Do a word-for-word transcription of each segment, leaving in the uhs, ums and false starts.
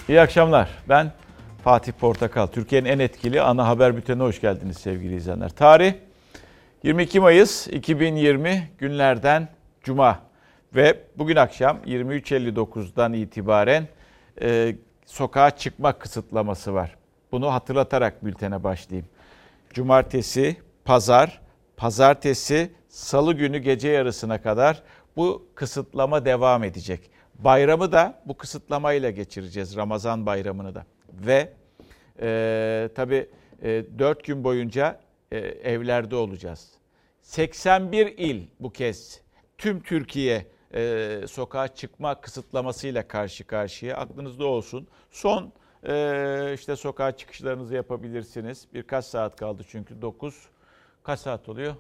İyi akşamlar. Ben Fatih Portakal. Türkiye'nin en etkili ana haber bültenine hoş geldiniz sevgili izleyenler. Tarih yirmi iki Mayıs iki bin yirmi günlerden Cuma ve bugün akşam yirmi üç elli dokuzdan itibaren e, sokağa çıkma kısıtlaması var. Bunu hatırlatarak bültene başlayayım. Cumartesi, pazar, pazartesi, salı günü gece yarısına kadar bu kısıtlama devam edecek. Bayramı da bu kısıtlamayla geçireceğiz, Ramazan bayramını da. Ve e, tabii e, dört gün boyunca e, evlerde olacağız. seksen bir il bu kez tüm Türkiye e, sokağa çıkma kısıtlamasıyla karşı karşıya. Aklınızda olsun. Son e, işte sokağa çıkışlarınızı yapabilirsiniz. Birkaç saat kaldı çünkü dokuz. Kaç saat oluyor?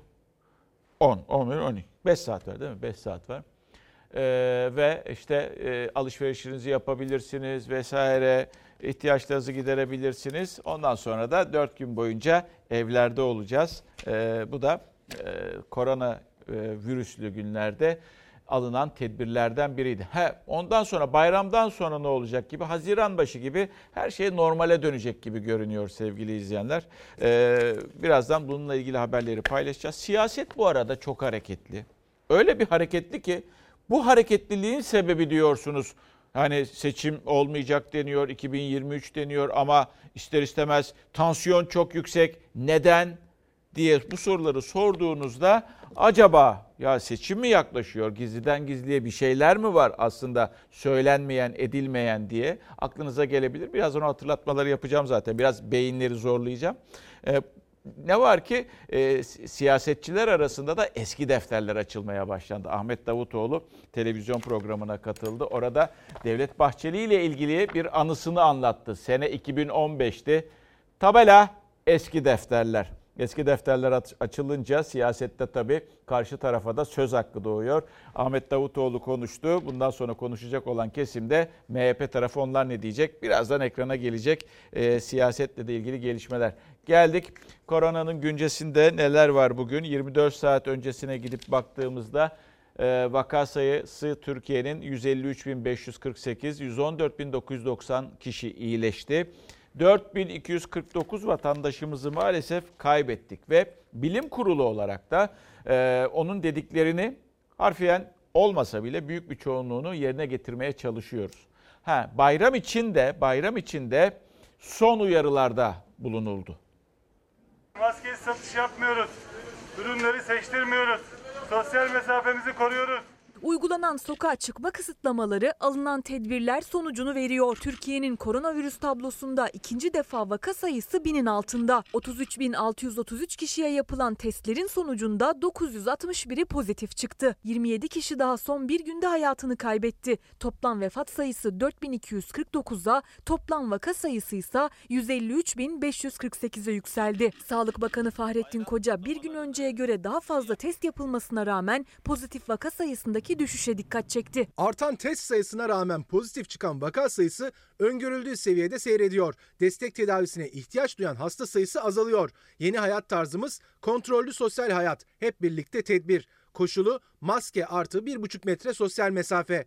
on, on bir, on iki. beş saat var değil mi? beş saat var. Ee, ve işte e, alışverişinizi yapabilirsiniz vesaire, ihtiyaçlarınızı giderebilirsiniz. Ondan sonra da dört gün boyunca evlerde olacağız. Ee, bu da e, korona e, virüslü günlerde alınan tedbirlerden biriydi. He, ondan sonra bayramdan sonra ne olacak gibi, Haziran başı gibi her şey normale dönecek gibi görünüyor sevgili izleyenler. Ee, birazdan bununla ilgili haberleri paylaşacağız. Siyaset bu arada çok hareketli. Öyle bir hareketli ki bu hareketliliğin sebebi diyorsunuz. Hani seçim olmayacak deniyor, iki bin yirmi üç deniyor ama ister istemez tansiyon çok yüksek. Neden diye bu soruları sorduğunuzda acaba ya seçim mi yaklaşıyor, gizliden gizliye bir şeyler mi var aslında söylenmeyen, edilmeyen diye aklınıza gelebilir. Birazdan o hatırlatmaları yapacağım zaten. Biraz beyinleri zorlayacağım. Ee, Ne var ki e, siyasetçiler arasında da eski defterler açılmaya başlandı. Ahmet Davutoğlu televizyon programına katıldı. Orada Devlet Bahçeli ile ilgili bir anısını anlattı. Sene iki bin on beşti. Tabela eski defterler. Eski defterler açılınca siyasette tabii karşı tarafa da söz hakkı doğuyor. Ahmet Davutoğlu konuştu. Bundan sonra konuşacak olan kesimde M H P tarafı onlar ne diyecek? Birazdan ekrana gelecek e, siyasetle de ilgili gelişmeler. Geldik koronanın güncesinde neler var bugün? yirmi dört saat öncesine gidip baktığımızda e, vaka sayısı Türkiye'nin yüz elli üç bin beş yüz kırk sekiz, yüz on dört bin dokuz yüz doksan kişi iyileşti. dört bin iki yüz kırk dokuz vatandaşımızı maalesef kaybettik ve bilim kurulu olarak da e, onun dediklerini harfiyen olmasa bile büyük bir çoğunluğunu yerine getirmeye çalışıyoruz. Ha, bayram için de bayram için de son uyarılarda bulunuldu. Maske satış yapmıyoruz. Ürünleri seçtirmiyoruz. Sosyal mesafemizi koruyoruz. Uygulanan sokağa çıkma kısıtlamaları, alınan tedbirler sonucunu veriyor. Türkiye'nin koronavirüs tablosunda ikinci defa vaka sayısı binin altında. otuz üç bin altı yüz otuz üç kişiye yapılan testlerin sonucunda dokuz yüz altmış biri pozitif çıktı. yirmi yedi kişi daha son bir günde hayatını kaybetti. Toplam vefat sayısı dört bin iki yüz kırk dokuza, toplam vaka sayısı ise yüz elli üç bin beş yüz kırk sekize yükseldi. Sağlık Bakanı Fahrettin Koca bir gün önceye göre daha fazla test yapılmasına rağmen pozitif vaka sayısındaki düşüşe dikkat çekti. Artan test sayısına rağmen pozitif çıkan vaka sayısı öngörüldüğü seviyede seyrediyor. Destek tedavisine ihtiyaç duyan hasta sayısı azalıyor. Yeni hayat tarzımız kontrollü sosyal hayat, hep birlikte tedbir. Koşulu maske artı bir buçuk metre sosyal mesafe.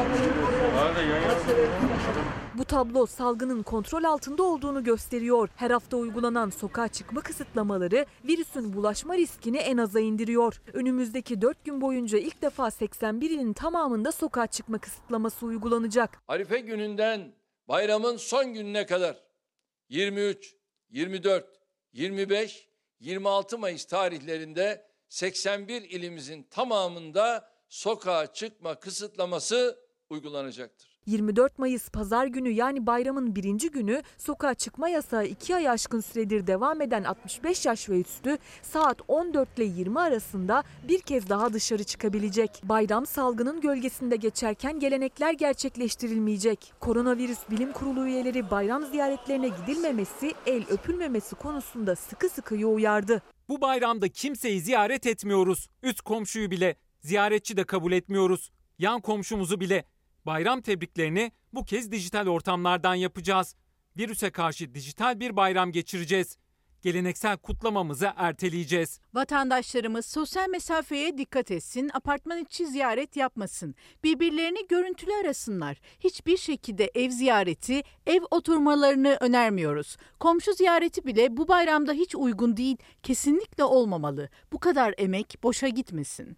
Bu tablo salgının kontrol altında olduğunu gösteriyor. Her hafta uygulanan sokağa çıkma kısıtlamaları virüsün bulaşma riskini en aza indiriyor. Önümüzdeki dört gün boyunca ilk defa seksen bir ilin tamamında sokağa çıkma kısıtlaması uygulanacak. Arife gününden bayramın son gününe kadar yirmi üç, yirmi dört, yirmi beş, yirmi altı Mayıs tarihlerinde seksen bir ilimizin tamamında sokağa çıkma kısıtlaması uygulanacaktır. yirmi dört Mayıs Pazar günü yani bayramın birinci günü sokağa çıkma yasağı iki ay aşkın süredir devam eden altmış beş yaş ve üstü saat on dört ile yirmi arasında bir kez daha dışarı çıkabilecek. Bayram salgının gölgesinde geçerken gelenekler gerçekleştirilmeyecek. Koronavirüs Bilim Kurulu üyeleri bayram ziyaretlerine gidilmemesi, el öpülmemesi konusunda sıkı sıkıya uyardı. Bu bayramda kimseyi ziyaret etmiyoruz. Üst komşuyu bile, ziyaretçi de kabul etmiyoruz. Yan komşumuzu bile. Bayram tebriklerini bu kez dijital ortamlardan yapacağız. Virüse karşı dijital bir bayram geçireceğiz. Geleneksel kutlamamızı erteleyeceğiz. Vatandaşlarımız sosyal mesafeye dikkat etsin, apartman içi ziyaret yapmasın. Birbirlerini görüntülü arasınlar. Hiçbir şekilde ev ziyareti, ev oturmalarını önermiyoruz. Komşu ziyareti bile bu bayramda hiç uygun değil, kesinlikle olmamalı. Bu kadar emek boşa gitmesin.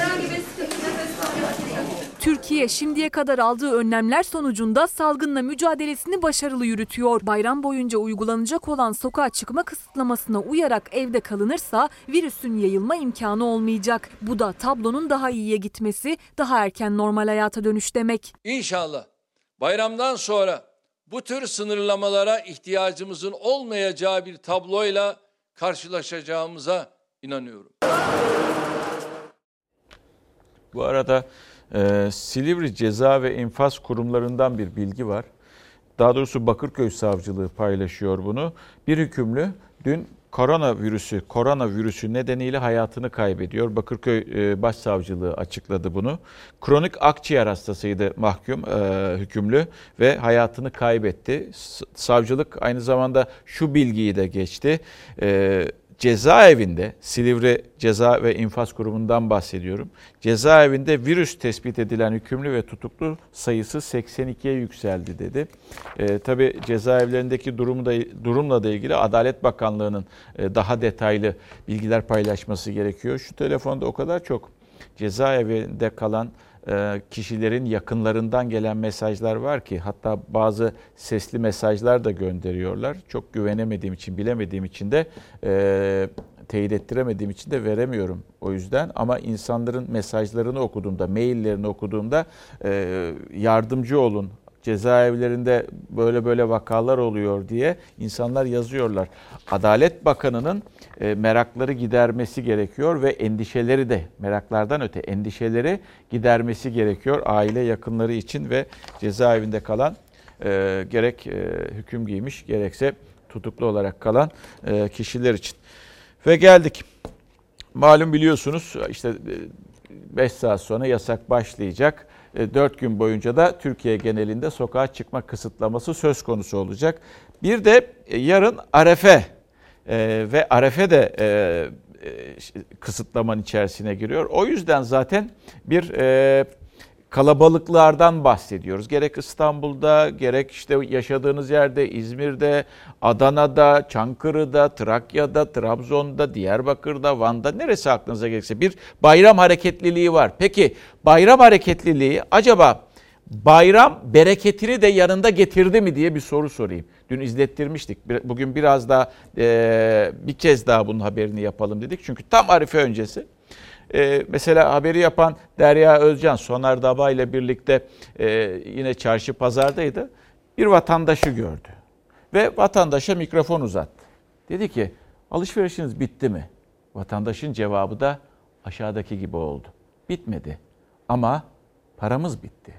Türkiye şimdiye kadar aldığı önlemler sonucunda salgınla mücadelesini başarılı yürütüyor. Bayram boyunca uygulanacak olan sokağa çıkma kısıtlamasına uyarak evde kalınırsa virüsün yayılma imkanı olmayacak. Bu da tablonun daha iyiye gitmesi, daha erken normal hayata dönüş demek. İnşallah bayramdan sonra bu tür sınırlamalara ihtiyacımızın olmayacağı bir tabloyla karşılaşacağımıza inanıyorum. Bu arada e, Silivri Ceza ve İnfaz Kurumlarından bir bilgi var. Daha doğrusu Bakırköy Savcılığı paylaşıyor bunu. Bir hükümlü dün koronavirüsü, koronavirüsü nedeniyle hayatını kaybediyor. Bakırköy e, Başsavcılığı açıkladı bunu. Kronik akciğer hastasıydı mahkum, e, hükümlü ve hayatını kaybetti. Savcılık aynı zamanda şu bilgiyi de geçti. E, Cezaevinde, Silivri Ceza ve İnfaz Kurumu'ndan bahsediyorum. Cezaevinde virüs tespit edilen hükümlü ve tutuklu sayısı seksen ikiye yükseldi dedi. E, tabii cezaevlerindeki durumu da, durumla da ilgili Adalet Bakanlığı'nın e, daha detaylı bilgiler paylaşması gerekiyor. Şu telefonda o kadar çok cezaevinde kalan kişilerin yakınlarından gelen mesajlar var ki, hatta bazı sesli mesajlar da gönderiyorlar. Çok güvenemediğim için, bilemediğim için de e, teyit ettiremediğim için de veremiyorum o yüzden. Ama insanların mesajlarını okuduğumda, maillerini okuduğumda e, yardımcı olun, cezaevlerinde böyle böyle vakalar oluyor diye insanlar yazıyorlar. Adalet Bakanı'nın e, merakları gidermesi gerekiyor ve endişeleri de, meraklardan öte endişeleri gidermesi gerekiyor aile yakınları için ve cezaevinde kalan e, gerek e, hüküm giymiş gerekse tutuklu olarak kalan e, kişiler için. Ve geldik. Malum biliyorsunuz işte beş saat sonra yasak başlayacak. dört gün boyunca da Türkiye genelinde sokağa çıkma kısıtlaması söz konusu olacak. Bir de yarın Arefe ve Arefe de kısıtlamanın içerisine giriyor. O yüzden zaten bir kalabalıklardan bahsediyoruz. Gerek İstanbul'da, gerek işte yaşadığınız yerde, İzmir'de, Adana'da, Çankırı'da, Trakya'da, Trabzon'da, Diyarbakır'da, Van'da, neresi aklınıza gelirse bir bayram hareketliliği var. Peki bayram hareketliliği acaba bayram bereketini de yanında getirdi mi diye bir soru sorayım. Dün izlettirmiştik. Bugün biraz daha bir kez daha bunun haberini yapalım dedik. Çünkü tam Arife öncesi. Ee, mesela haberi yapan Derya Özcan, Soner Daba ile birlikte e, yine çarşı pazardaydı. Bir vatandaşı gördü ve vatandaşa mikrofon uzattı. Dedi ki, alışverişiniz bitti mi? Vatandaşın cevabı da aşağıdaki gibi oldu. Bitmedi ama paramız bitti.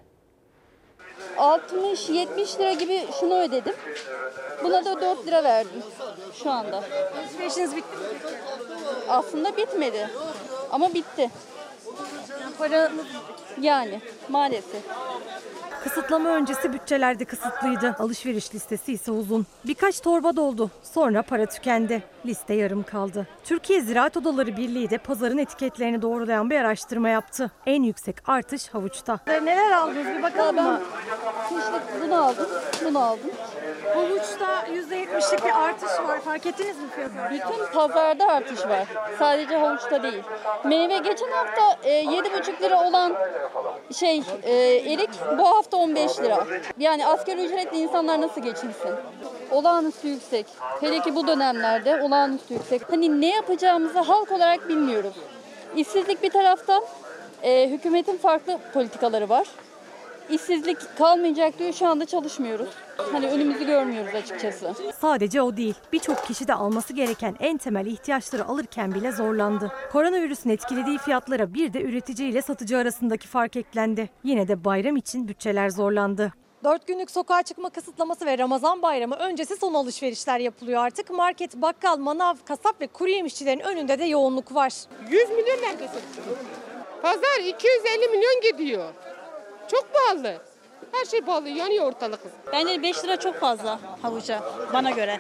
altmış yetmiş lira gibi şunu ödedim. Buna da dört lira verdim şu anda. Alışverişiniz bitti mi? Aslında bitmedi ama bitti. Para Yani maalesef. kısıtlama öncesi bütçeler de kısıtlıydı. Alışveriş listesi ise uzun. Birkaç torba doldu. Sonra para tükendi. Liste yarım kaldı. Türkiye Ziraat Odaları Birliği de pazarın etiketlerini doğrulayan bir araştırma yaptı. En yüksek artış havuçta. Neler aldınız bir bakalım mı? Kışlık bunu aldım, bunu aldım. Havuçta yüzde yetmişlik bir artış var. Fark ettiniz mi fiyatı? Bütün pazarda artış var. Sadece havuçta değil. Meyve geçen hafta yedi buçuk lira olan şey e, erik bu hafta on beş lira. Yani asgari ücretli insanlar nasıl geçinsin? Olağanüstü yüksek. Hele ki bu dönemlerde olağanüstü yüksek. Hani ne yapacağımızı halk olarak bilmiyoruz. İşsizlik bir taraftan, e, hükümetin farklı politikaları var. İşsizlik kalmayacak diyor, şu anda çalışmıyoruz. Hani önümüzü görmüyoruz açıkçası. Sadece o değil. Birçok kişi de alması gereken en temel ihtiyaçları alırken bile zorlandı. Koronavirüsün etkilediği fiyatlara bir de üretici ile satıcı arasındaki fark eklendi. Yine de bayram için bütçeler zorlandı. dört günlük sokağa çıkma kısıtlaması ve Ramazan bayramı öncesi son alışverişler yapılıyor artık. Market, bakkal, manav, kasap ve kuru yemişçilerin önünde de yoğunluk var. yüz milyon neredeyse. Pazar iki yüz elli milyon gidiyor. Çok pahalı. Her şey pahalı, yanıyor ortalık. Bence beş lira çok fazla havuca bana göre.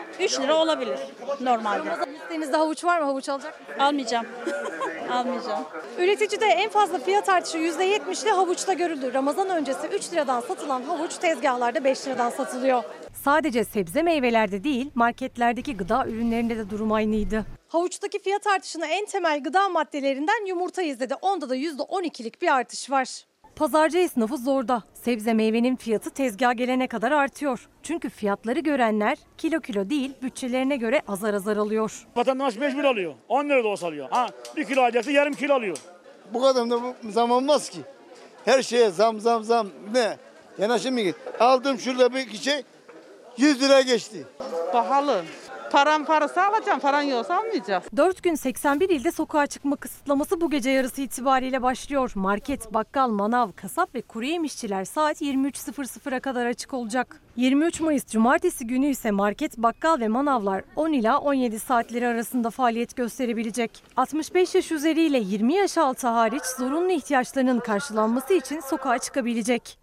üç lira olabilir normalde. Listenizde havuç var mı? Havuç alacak mısınız? Almayacağım. Almayacağım. Üreticide en fazla fiyat artışı yüzde yetmişli havuçta görüldü. Ramazan öncesi üç liradan satılan havuç tezgahlarda beş liradan satılıyor. Sadece sebze meyvelerde değil, marketlerdeki gıda ürünlerinde de durum aynıydı. Havuçtaki fiyat artışını en temel gıda maddelerinden yumurta izledi. Onda da yüzde on ikilik bir artış var. Pazarcı esnafı zorda. Sebze meyvenin fiyatı tezgaha gelene kadar artıyor. Çünkü fiyatları görenler kilo kilo değil, bütçelerine göre azar azar alıyor. Vatandaş mecbur alıyor. on lira da olsa alıyor. Ha, bir kilo alacaksa yarım kilo alıyor. Bu kadar da zam olmaz ki. Her şeye zam zam zam ne? Yanaşım mı git? Aldım şurada bir şey yüz lira geçti. Pahalı. Param parası alacağım, paran yoksa almayacağız. dört gün seksen bir ilde sokağa çıkma kısıtlaması bu gece yarısı itibariyle başlıyor. Market, bakkal, manav, kasap ve kuru yemişçiler saat yirmi üç sıfır sıfıra kadar açık olacak. yirmi üç Mayıs Cumartesi günü ise market, bakkal ve manavlar on ila on yedi saatleri arasında faaliyet gösterebilecek. altmış beş yaş üzeriyle yirmi yaş altı hariç zorunlu ihtiyaçlarının karşılanması için sokağa çıkabilecek.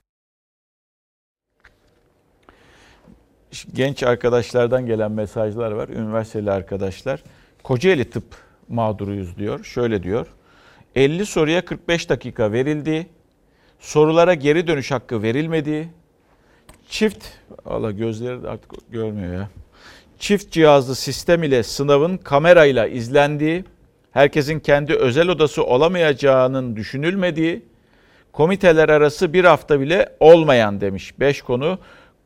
Genç arkadaşlardan gelen mesajlar var. Üniversiteli arkadaşlar. Kocaeli tıp mağduruyuz diyor. Şöyle diyor. elli soruya kırk beş dakika verildi. Sorulara geri dönüş hakkı verilmedi. Çift, Allah gözleri artık görmüyor ya. Çift cihazlı sistem ile sınavın kamerayla izlendiği, herkesin kendi özel odası olamayacağının düşünülmediği, komiteler arası bir hafta bile olmayan demiş. beş konu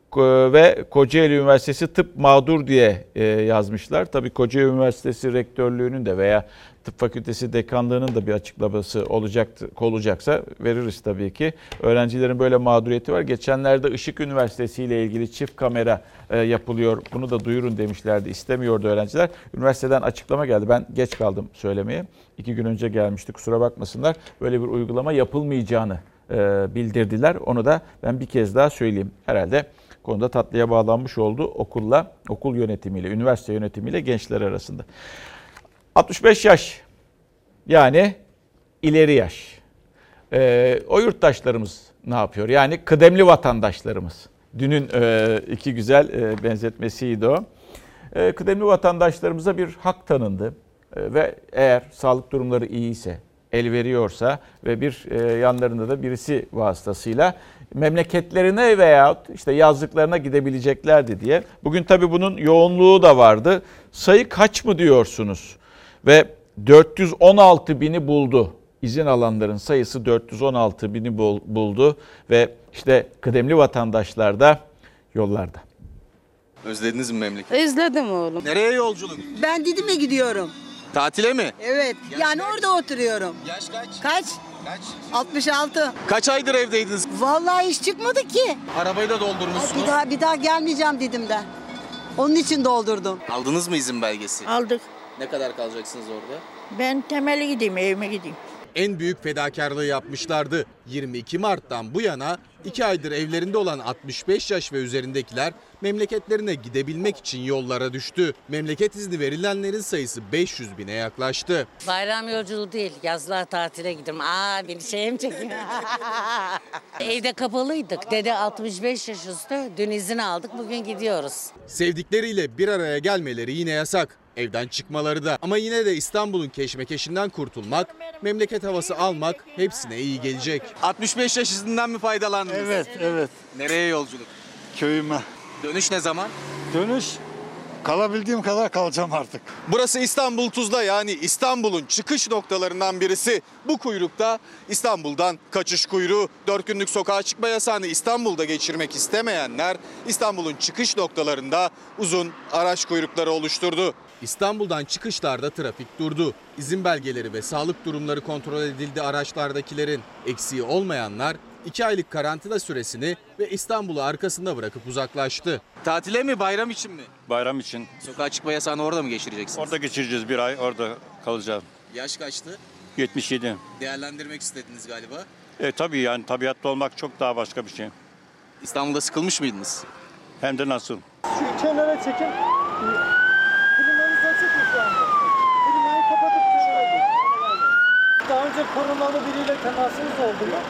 ve Kocaeli Üniversitesi tıp mağdur diye yazmışlar. Tabii Kocaeli Üniversitesi rektörlüğünün de veya tıp fakültesi dekanlığının da bir açıklaması olacak, olacaksa veririz tabii ki. Öğrencilerin böyle mağduriyeti var. Geçenlerde Işık Üniversitesi ile ilgili çift kamera yapılıyor. Bunu da duyurun demişlerdi. İstemiyordu öğrenciler. Üniversiteden açıklama geldi. Ben geç kaldım söylemeye. İki gün önce gelmişti. Kusura bakmasınlar. Böyle bir uygulama yapılmayacağını bildirdiler. Onu da ben bir kez daha söyleyeyim. Herhalde konuda tatlıya bağlanmış oldu okulla, okul yönetimiyle, üniversite yönetimiyle gençler arasında. altmış beş yaş yani ileri yaş. Ee, o yurttaşlarımız ne yapıyor? Yani kıdemli vatandaşlarımız. Dünün e, iki güzel e, benzetmesiydi o. E, kıdemli vatandaşlarımıza bir hak tanındı. E, ve eğer sağlık durumları iyiyse, el veriyorsa ve bir e, yanlarında da birisi vasıtasıyla memleketlerine veyahut işte yazlıklarına gidebileceklerdi diye. Bugün tabii bunun yoğunluğu da vardı. Sayı kaç mı diyorsunuz? Ve dört yüz on altı bini buldu. İzin alanların sayısı dört yüz on altı bini buldu ve işte kıdemli vatandaşlar da yollarda. Özlediniz mi memleketi? Özledim oğlum. Nereye yolculuk? Ben Didim'e gidiyorum. Tatile mi? Evet. Yaş yani kaç? orada oturuyorum. Yaş kaç? Kaç? Kaç? altmış altı. Kaç aydır evdeydiniz? Vallahi hiç çıkmadı ki. Arabayı da doldurmuşsunuz. Bir daha bir daha gelmeyeceğim Didim'den. Onun için doldurdum. Aldınız mı izin belgesi? Aldık. Ne kadar kalacaksınız orada? Ben temeli gideyim, evime gideyim. En büyük fedakarlığı yapmışlardı. yirmi iki Mart'tan bu yana iki aydır evlerinde olan altmış beş yaş ve üzerindekiler memleketlerine gidebilmek için yollara düştü. Memleket izni verilenlerin sayısı beş yüz bine yaklaştı. Bayram yolculuğu değil, yazlığa tatile gidiyorum. Aa beni şeye mi çekiyor? Evde kapalıydık. Dede altmış beş yaş üstü. Dün izin aldık, bugün gidiyoruz. Sevdikleriyle bir araya gelmeleri yine yasak. Evden çıkmaları da. Ama yine de İstanbul'un keşmekeşinden kurtulmak, memleket havası almak hepsine iyi gelecek. altmış beş yaş izinden mi faydalandınız? Evet, evet. Nereye yolculuk? Köyüme. Dönüş ne zaman? Dönüş kalabildiğim kadar kalacağım artık. Burası İstanbul Tuzla, yani İstanbul'un çıkış noktalarından birisi. Bu kuyrukta İstanbul'dan kaçış kuyruğu. dört günlük sokağa çıkma yasağını İstanbul'da geçirmek istemeyenler İstanbul'un çıkış noktalarında uzun araç kuyrukları oluşturdu. İstanbul'dan çıkışlarda trafik durdu. İzin belgeleri ve sağlık durumları kontrol edildi araçlardakilerin. Eksiği olmayanlar iki aylık karantina süresini ve İstanbul'u arkasında bırakıp uzaklaştı. Tatile mi, bayram için mi? Bayram için. Sokağa çıkma yasağını orada mı geçireceksiniz? Orada geçireceğiz, bir ay orada kalacağım. Yaş kaçtı? yetmiş yedi. Değerlendirmek istediniz galiba. E tabii yani tabiatta olmak çok daha başka bir şey. İstanbul'da sıkılmış mıydınız? Hem de nasıl? Şu kenara çekin. Klimanızı açık mı şu anda? Klimayı kapatıp kenara gidin. Daha önce korumalı biriyle temasınız oldu mu?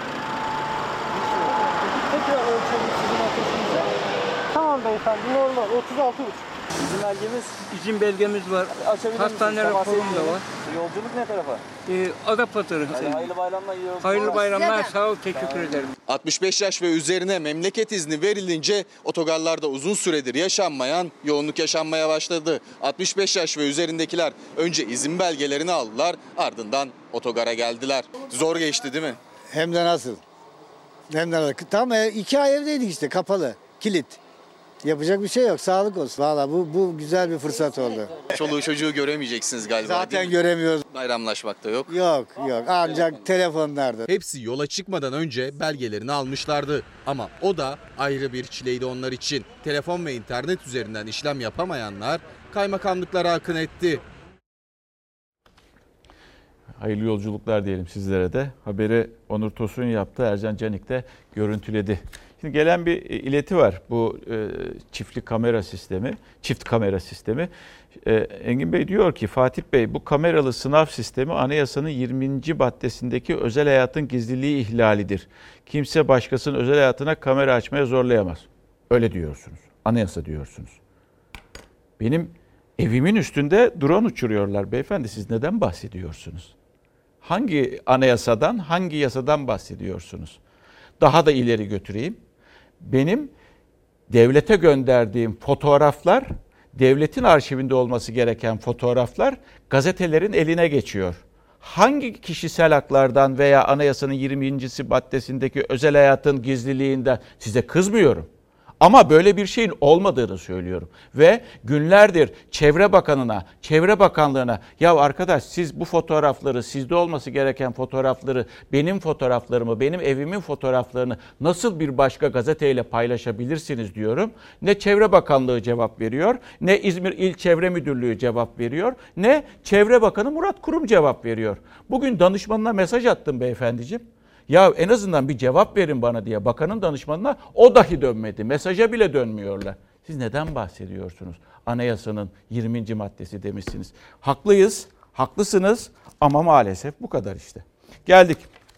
Tekrar ölçelim sizin ateşinize. Tamam beyefendi, normal otuz altı buçuk. İzin belgemiz. İzin belgemiz var. Açabilir Hastane misiniz? raporum da var. Yolculuk ne tarafa? Ee, Adapazarı. Hadi hayırlı bayramlar. iyi yolculuklar. Hayırlı bayramlar. Sağ ol. Teşekkür ederim. altmış beş yaş ve üzerine memleket izni verilince otogarlarda uzun süredir yaşanmayan yoğunluk yaşanmaya başladı. altmış beş yaş ve üzerindekiler önce izin belgelerini aldılar, ardından otogara geldiler. Zor geçti değil mi? Hem de nasıl? Hem de nasıl? Tam e, iki ay evdeydik işte, kapalı, kilit. Yapacak bir şey yok. Sağlık olsun. Valla bu, bu güzel bir fırsat oldu. Çoluğu çocuğu göremeyeceksiniz galiba. Zaten göremiyoruz. Bayramlaşmak da yok. Yok yok, ancak telefonlarda. Hepsi yola çıkmadan önce belgelerini almışlardı. Ama o da ayrı bir çileydi onlar için. Telefon ve internet üzerinden işlem yapamayanlar kaymakamlıklara akın etti. Hayırlı yolculuklar diyelim sizlere de. Haberi Onur Tosun yaptı, Ercan Canik de görüntüledi. Şimdi gelen bir ileti var, bu e, çiftli kamera sistemi, çift kamera sistemi. E, Engin Bey diyor ki, Fatih Bey, bu kameralı sınav sistemi anayasanın yirminci maddesindeki özel hayatın gizliliği ihlalidir. Kimse başkasının özel hayatına kamera açmaya zorlayamaz. Öyle diyorsunuz, anayasa diyorsunuz. Benim evimin üstünde drone uçuruyorlar beyefendi, siz neden bahsediyorsunuz? Hangi anayasadan, hangi yasadan bahsediyorsunuz? Daha da ileri götüreyim. Benim devlete gönderdiğim fotoğraflar, devletin arşivinde olması gereken fotoğraflar gazetelerin eline geçiyor. Hangi kişisel haklardan veya anayasanın yirminci maddesindeki özel hayatın gizliliğinden size kızmıyorum. Ama böyle bir şeyin olmadığını söylüyorum. Ve günlerdir Çevre Bakanı'na, Çevre Bakanlığı'na, ya arkadaş siz bu fotoğrafları, sizde olması gereken fotoğrafları, benim fotoğraflarımı, benim evimin fotoğraflarını nasıl bir başka gazeteyle paylaşabilirsiniz diyorum. Ne Çevre Bakanlığı cevap veriyor, ne İzmir İl Çevre Müdürlüğü cevap veriyor, ne Çevre Bakanı Murat Kurum cevap veriyor. Bugün danışmanına mesaj attım beyefendiciğim. Ya en azından bir cevap verin bana diye bakanın danışmanına, o dahi dönmedi. Mesaja bile dönmüyorlar. Siz neden bahsediyorsunuz? Anayasanın yirminci maddesi demişsiniz. Haklıyız, haklısınız ama maalesef bu kadar işte. Geldik.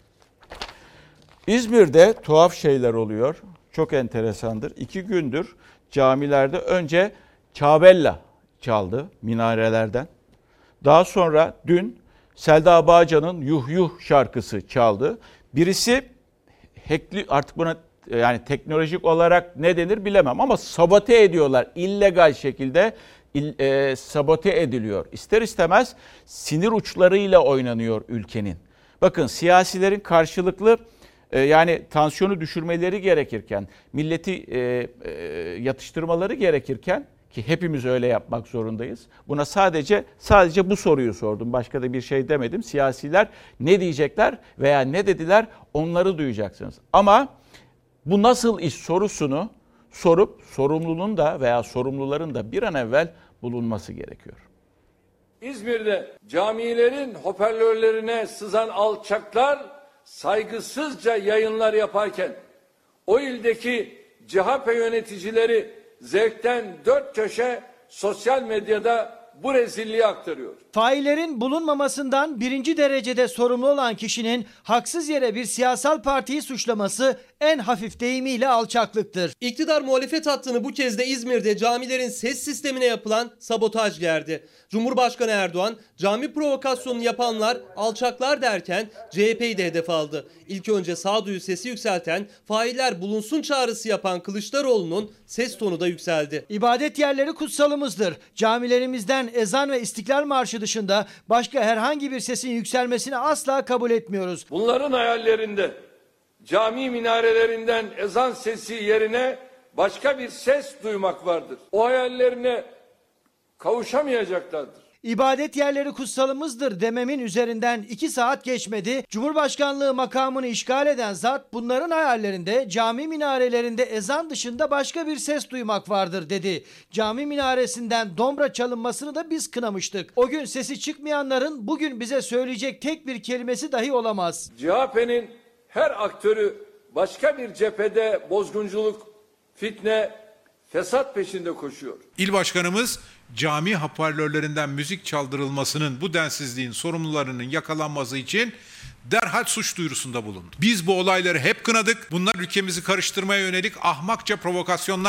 İzmir'de tuhaf şeyler oluyor. Çok enteresandır. İki gündür camilerde önce Çağbella çaldı minarelerden. Daha sonra dün Selda Bağcan'ın Yuh Yuh şarkısı çaldı. Birisi hackli, artık buna yani teknolojik olarak ne denir bilemem ama sabote ediyorlar. İllegal şekilde il, e, sabote ediliyor. İster istemez sinir uçlarıyla oynanıyor ülkenin. Bakın siyasilerin karşılıklı e, yani tansiyonu düşürmeleri gerekirken, milleti e, e, yatıştırmaları gerekirken, ki hepimiz öyle yapmak zorundayız. Buna sadece sadece bu soruyu sordum. Başka da bir şey demedim. Siyasiler ne diyecekler veya ne dediler onları duyacaksınız. Ama bu nasıl iş sorusunu sorup sorumluluğun da veya sorumluların da bir an evvel bulunması gerekiyor. İzmir'de camilerin hoparlörlerine sızan alçaklar saygısızca yayınlar yaparken o ildeki C H P yöneticileri zevkten dört köşe sosyal medyada bu rezilliği aktarıyor. Faillerin bulunmamasından birinci derecede sorumlu olan kişinin haksız yere bir siyasal partiyi suçlaması en hafif deyimiyle alçaklıktır. İktidar muhalefet hattını bu kez de İzmir'de camilerin ses sistemine yapılan sabotaj gerdi. Cumhurbaşkanı Erdoğan cami provokasyonunu yapanlar alçaklar derken C H P'yi de hedef aldı. İlk önce sağduyu sesi yükselten, failler bulunsun çağrısı yapan Kılıçdaroğlu'nun ses tonu da yükseldi. İbadet yerleri kutsalımızdır. Camilerimizden ezan ve İstiklal Marşı dışında başka herhangi bir sesin yükselmesini asla kabul etmiyoruz. Bunların hayallerinde cami minarelerinden ezan sesi yerine başka bir ses duymak vardır. O hayallerine kavuşamayacaklardır. İbadet yerleri kutsalımızdır dememin üzerinden iki saat geçmedi. Cumhurbaşkanlığı makamını işgal eden zat bunların hayallerinde cami minarelerinde ezan dışında başka bir ses duymak vardır dedi. Cami minaresinden dombra çalınmasını da biz kınamıştık. O gün sesi çıkmayanların bugün bize söyleyecek tek bir kelimesi dahi olamaz. C H P'nin her aktörü başka bir cephede bozgunculuk, fitne, fesat peşinde koşuyor. İl başkanımız cami hoparlörlerinden müzik çaldırılmasının, bu densizliğin sorumlularının yakalanması için derhal suç duyurusunda bulundu. Biz bu olayları hep kınadık. Bunlar ülkemizi karıştırmaya yönelik ahmakça provokasyonlardır.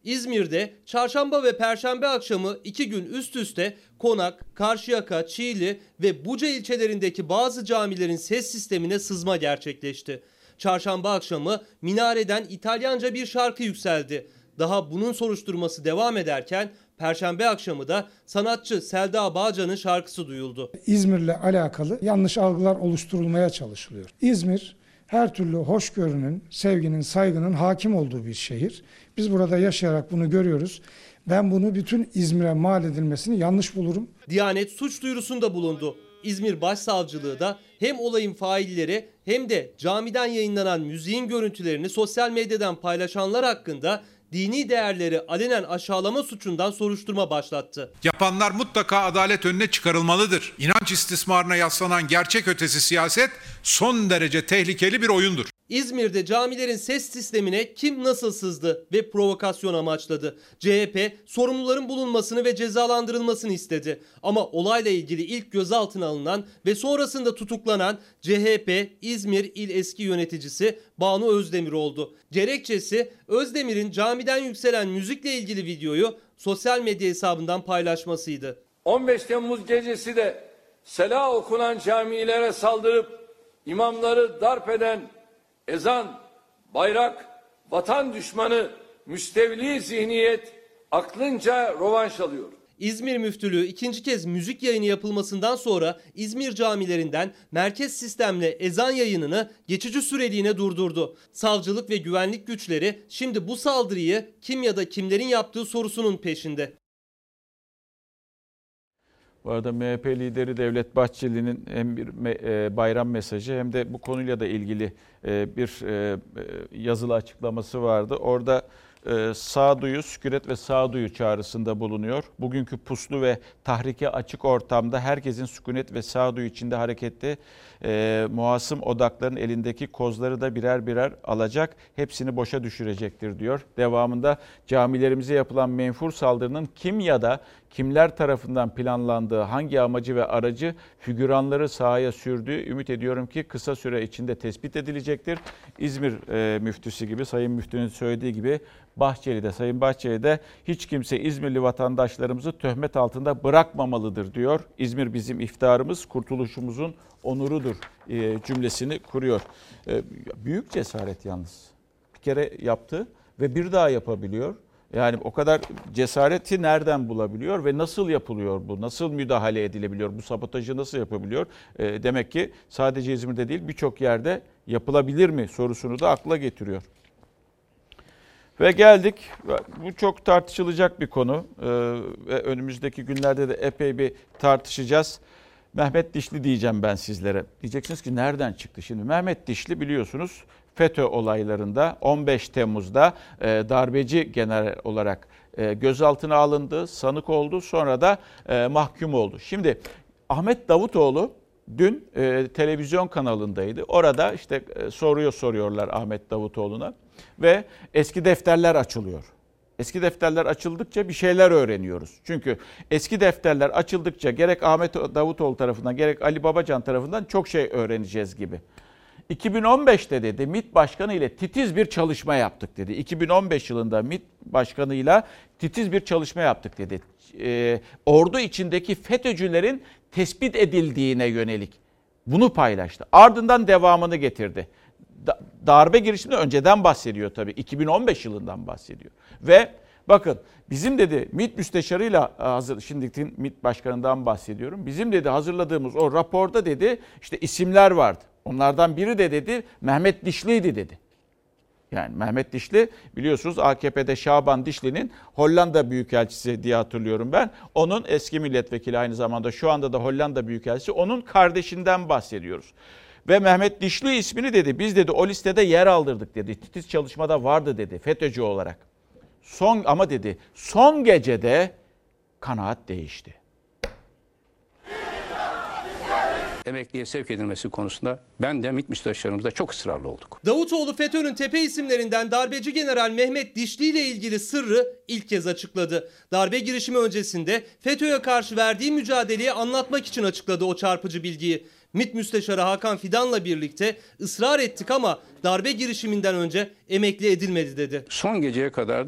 İzmir'de çarşamba ve perşembe akşamı iki gün üst üste Konak, Karşıyaka, Çiğli ve Buca ilçelerindeki bazı camilerin ses sistemine sızma gerçekleşti. Çarşamba akşamı minareden İtalyanca bir şarkı yükseldi. Daha bunun soruşturması devam ederken perşembe akşamı da sanatçı Selda Bağcan'ın şarkısı duyuldu. İzmir'le alakalı yanlış algılar oluşturulmaya çalışılıyor. İzmir her türlü hoşgörünün, sevginin, saygının hakim olduğu bir şehir. Biz burada yaşayarak bunu görüyoruz. Ben bunu bütün İzmir'e mal edilmesini yanlış bulurum. Diyanet suç duyurusunda bulundu. İzmir Başsavcılığı da hem olayın failleri hem de camiden yayınlanan müziğin görüntülerini sosyal medyadan paylaşanlar hakkında dini değerleri alenen aşağılama suçundan soruşturma başlattı. Yapanlar mutlaka adalet önüne çıkarılmalıdır. İnanç istismarına yaslanan gerçek ötesi siyaset son derece tehlikeli bir oyundur. İzmir'de camilerin ses sistemine kim nasıl sızdı ve provokasyon amaçladı? C H P sorumluların bulunmasını ve cezalandırılmasını istedi. Ama olayla ilgili ilk gözaltına alınan ve sonrasında tutuklanan C H P İzmir İl Eski Yöneticisi Banu Özdemir oldu. Gerekçesi Özdemir'in camiden yükselen müzikle ilgili videoyu sosyal medya hesabından paylaşmasıydı. on beş Temmuz gecesi de sela okunan camilere saldırıp imamları darp eden ezan, bayrak, vatan düşmanı, müstevli zihniyet aklınca rövanş alıyor. İzmir Müftülüğü ikinci kez müzik yayını yapılmasından sonra İzmir camilerinden merkez sistemle ezan yayınını geçici süreliğine durdurdu. Savcılık ve güvenlik güçleri şimdi bu saldırıyı kim ya da kimlerin yaptığı sorusunun peşinde. Bu arada M H P lideri Devlet Bahçeli'nin hem bir bayram mesajı hem de bu konuyla da ilgili bir yazılı açıklaması vardı. Orada sağduyu, sükunet ve sağduyu çağrısında bulunuyor. Bugünkü puslu ve tahrike açık ortamda herkesin sükunet ve sağduyu içinde harekette e, muhasım odakların elindeki kozları da birer birer alacak. Hepsini boşa düşürecektir diyor. Devamında camilerimize yapılan menfur saldırının kim ya da kimler tarafından planlandığı, hangi amacı ve aracı figüranları sahaya sürdüğü ümit ediyorum ki kısa süre içinde tespit edilecektir. İzmir e, müftüsü gibi, Sayın Müftünün söylediği gibi Bahçeli'de, Sayın Bahçeli'de hiç kimse İzmirli vatandaşlarımızı töhmet altında bırakmamalıdır diyor. İzmir bizim iftiharımız, kurtuluşumuzun onurudur e, cümlesini kuruyor. E, büyük cesaret yalnız. Bir kere yaptı ve bir daha yapabiliyor. Yani o kadar cesareti nereden bulabiliyor ve nasıl yapılıyor bu? Nasıl müdahale edilebiliyor? Bu sabotajı nasıl yapabiliyor? E, demek ki sadece İzmir'de değil birçok yerde yapılabilir mi sorusunu da akla getiriyor. Ve geldik, bu çok tartışılacak bir konu ee, ve önümüzdeki günlerde de epey bir tartışacağız. Mehmet Dişli diyeceğim ben sizlere. Diyeceksiniz ki nereden çıktı şimdi? Mehmet Dişli biliyorsunuz FETÖ olaylarında on beş Temmuz'da e, darbeci general olarak e, gözaltına alındı, sanık oldu, sonra da e, mahkum oldu. Şimdi Ahmet Davutoğlu dün e, televizyon kanalındaydı. Orada işte e, soruyor soruyorlar Ahmet Davutoğlu'na. Ve eski defterler açılıyor. Eski defterler açıldıkça bir şeyler öğreniyoruz. Çünkü eski defterler açıldıkça gerek Ahmet Davutoğlu tarafından gerek Ali Babacan tarafından çok şey öğreneceğiz gibi. iki bin on beşte dedi MİT Başkanı ile titiz bir çalışma yaptık dedi. iki bin on beş yılında MİT Başkanı'yla titiz bir çalışma yaptık dedi. Ee, ordu içindeki FETÖ'cülerin tespit edildiğine yönelik bunu paylaştı. Ardından devamını getirdi. Darbe girişiminden önceden bahsediyor tabii. iki bin on beş yılından bahsediyor. Ve bakın bizim dedi MİT müsteşarıyla hazır, şimdiki MİT başkanından bahsediyorum. Bizim dedi hazırladığımız o raporda dedi işte isimler vardı. Onlardan biri de dedi Mehmet Dişli'ydi dedi. Yani Mehmet Dişli biliyorsunuz A K P'de Şaban Dişli'nin Hollanda Büyükelçisi diye hatırlıyorum ben. Onun eski milletvekili aynı zamanda şu anda da Hollanda Büyükelçisi. Onun kardeşinden bahsediyoruz. Ve Mehmet Dişli ismini dedi biz dedi o listede yer aldırdık dedi. Titiz çalışmada vardı dedi FETÖ'cü olarak. Son ama dedi son gecede kanaat değişti. Emekliye sevk edilmesi konusunda ben de MİT müsteşarımızda çok ısrarlı olduk. Davutoğlu FETÖ'nün tepe isimlerinden darbeci general Mehmet Dişli ile ilgili sırrı ilk kez açıkladı. Darbe girişimi öncesinde FETÖ'ye karşı verdiği mücadeleyi anlatmak için açıkladı o çarpıcı bilgiyi. MİT Müsteşarı Hakan Fidan'la birlikte ısrar ettik ama darbe girişiminden önce emekli edilmedi dedi. Son geceye kadar da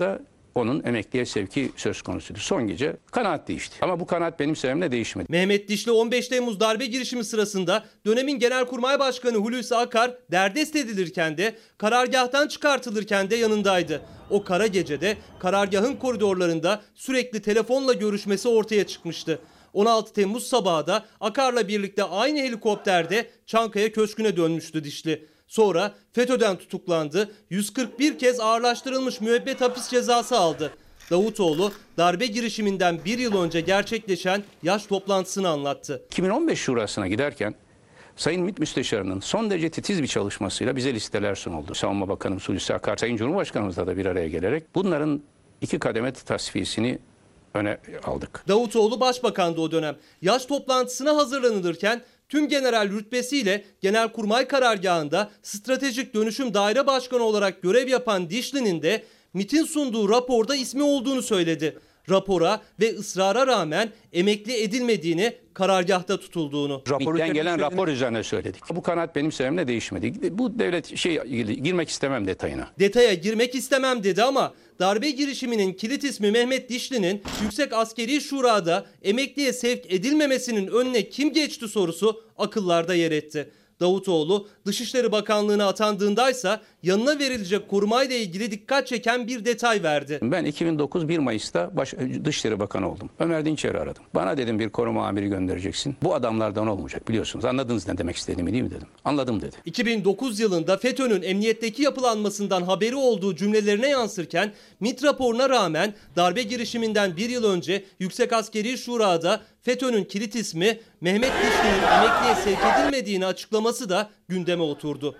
onun emekliye sevki söz konusuydu. Son gece kanaat değişti. Ama bu kanaat benim sevimle değişmedi. Mehmet Dişli on beş Temmuz darbe girişimi sırasında dönemin Genelkurmay Başkanı Hulusi Akar derdest edilirken de karargahtan çıkartılırken de yanındaydı. O kara gecede karargahın koridorlarında sürekli telefonla görüşmesi ortaya çıkmıştı. on altı Temmuz sabahı da Akar'la birlikte aynı helikopterde Çankaya Köşkü'ne dönmüştü Dişli. Sonra FETÖ'den tutuklandı, yüz kırk bir kez ağırlaştırılmış müebbet hapis cezası aldı. Davutoğlu darbe girişiminden bir yıl önce gerçekleşen yaş toplantısını anlattı. iki bin on beş Şurası'na giderken Sayın MİT Müsteşarı'nın son derece titiz bir çalışmasıyla bize listeler sunuldu. Savunma Bakanımız Hulusi Akar, Sayın Cumhurbaşkanımızla da bir araya gelerek bunların iki kademe tasfiyesini öne aldık. Davutoğlu başbakandı o dönem. Yaş toplantısına hazırlanılırken tüm general rütbesiyle Genelkurmay Karargahı'nda Stratejik Dönüşüm Daire Başkanı olarak görev yapan Dişli'nin de MİT'in sunduğu raporda ismi olduğunu söyledi. Rapora ve ısrara rağmen emekli edilmediğini, karargahta tutulduğunu. MİT'ten gelen rapor üzerine söyledik. Bu kanaat benim sevimle değişmedi. Bu devlet şey girmek istemem detayına. Detaya girmek istemem dedi ama darbe girişiminin kilit ismi Mehmet Dişli'nin Yüksek Askeri Şura'da emekliye sevk edilmemesinin önüne kim geçti sorusu akıllarda yer etti. Davutoğlu Dışişleri Bakanlığı'na atandığındaysa yanına verilecek korumayla ilgili dikkat çeken bir detay verdi. Ben iki bin dokuz bir Mayıs'ta baş, Dışişleri Bakanı oldum. Ömer Dinçer'i aradım. Bana dedim bir koruma amiri göndereceksin. Bu adamlardan olmayacak biliyorsunuz. Anladınız ne demek istediğimi değil mi dedim. Anladım dedi. iki bin dokuz yılında FETÖ'nün emniyetteki yapılanmasından haberi olduğu cümlelerine yansırken MİT raporuna rağmen darbe girişiminden bir yıl önce Yüksek Askeri Şura'da FETÖ'nün kilit ismi Mehmet Dişli'nin emekliye sevk edilmediğini açıklaması da gündeme oturdu.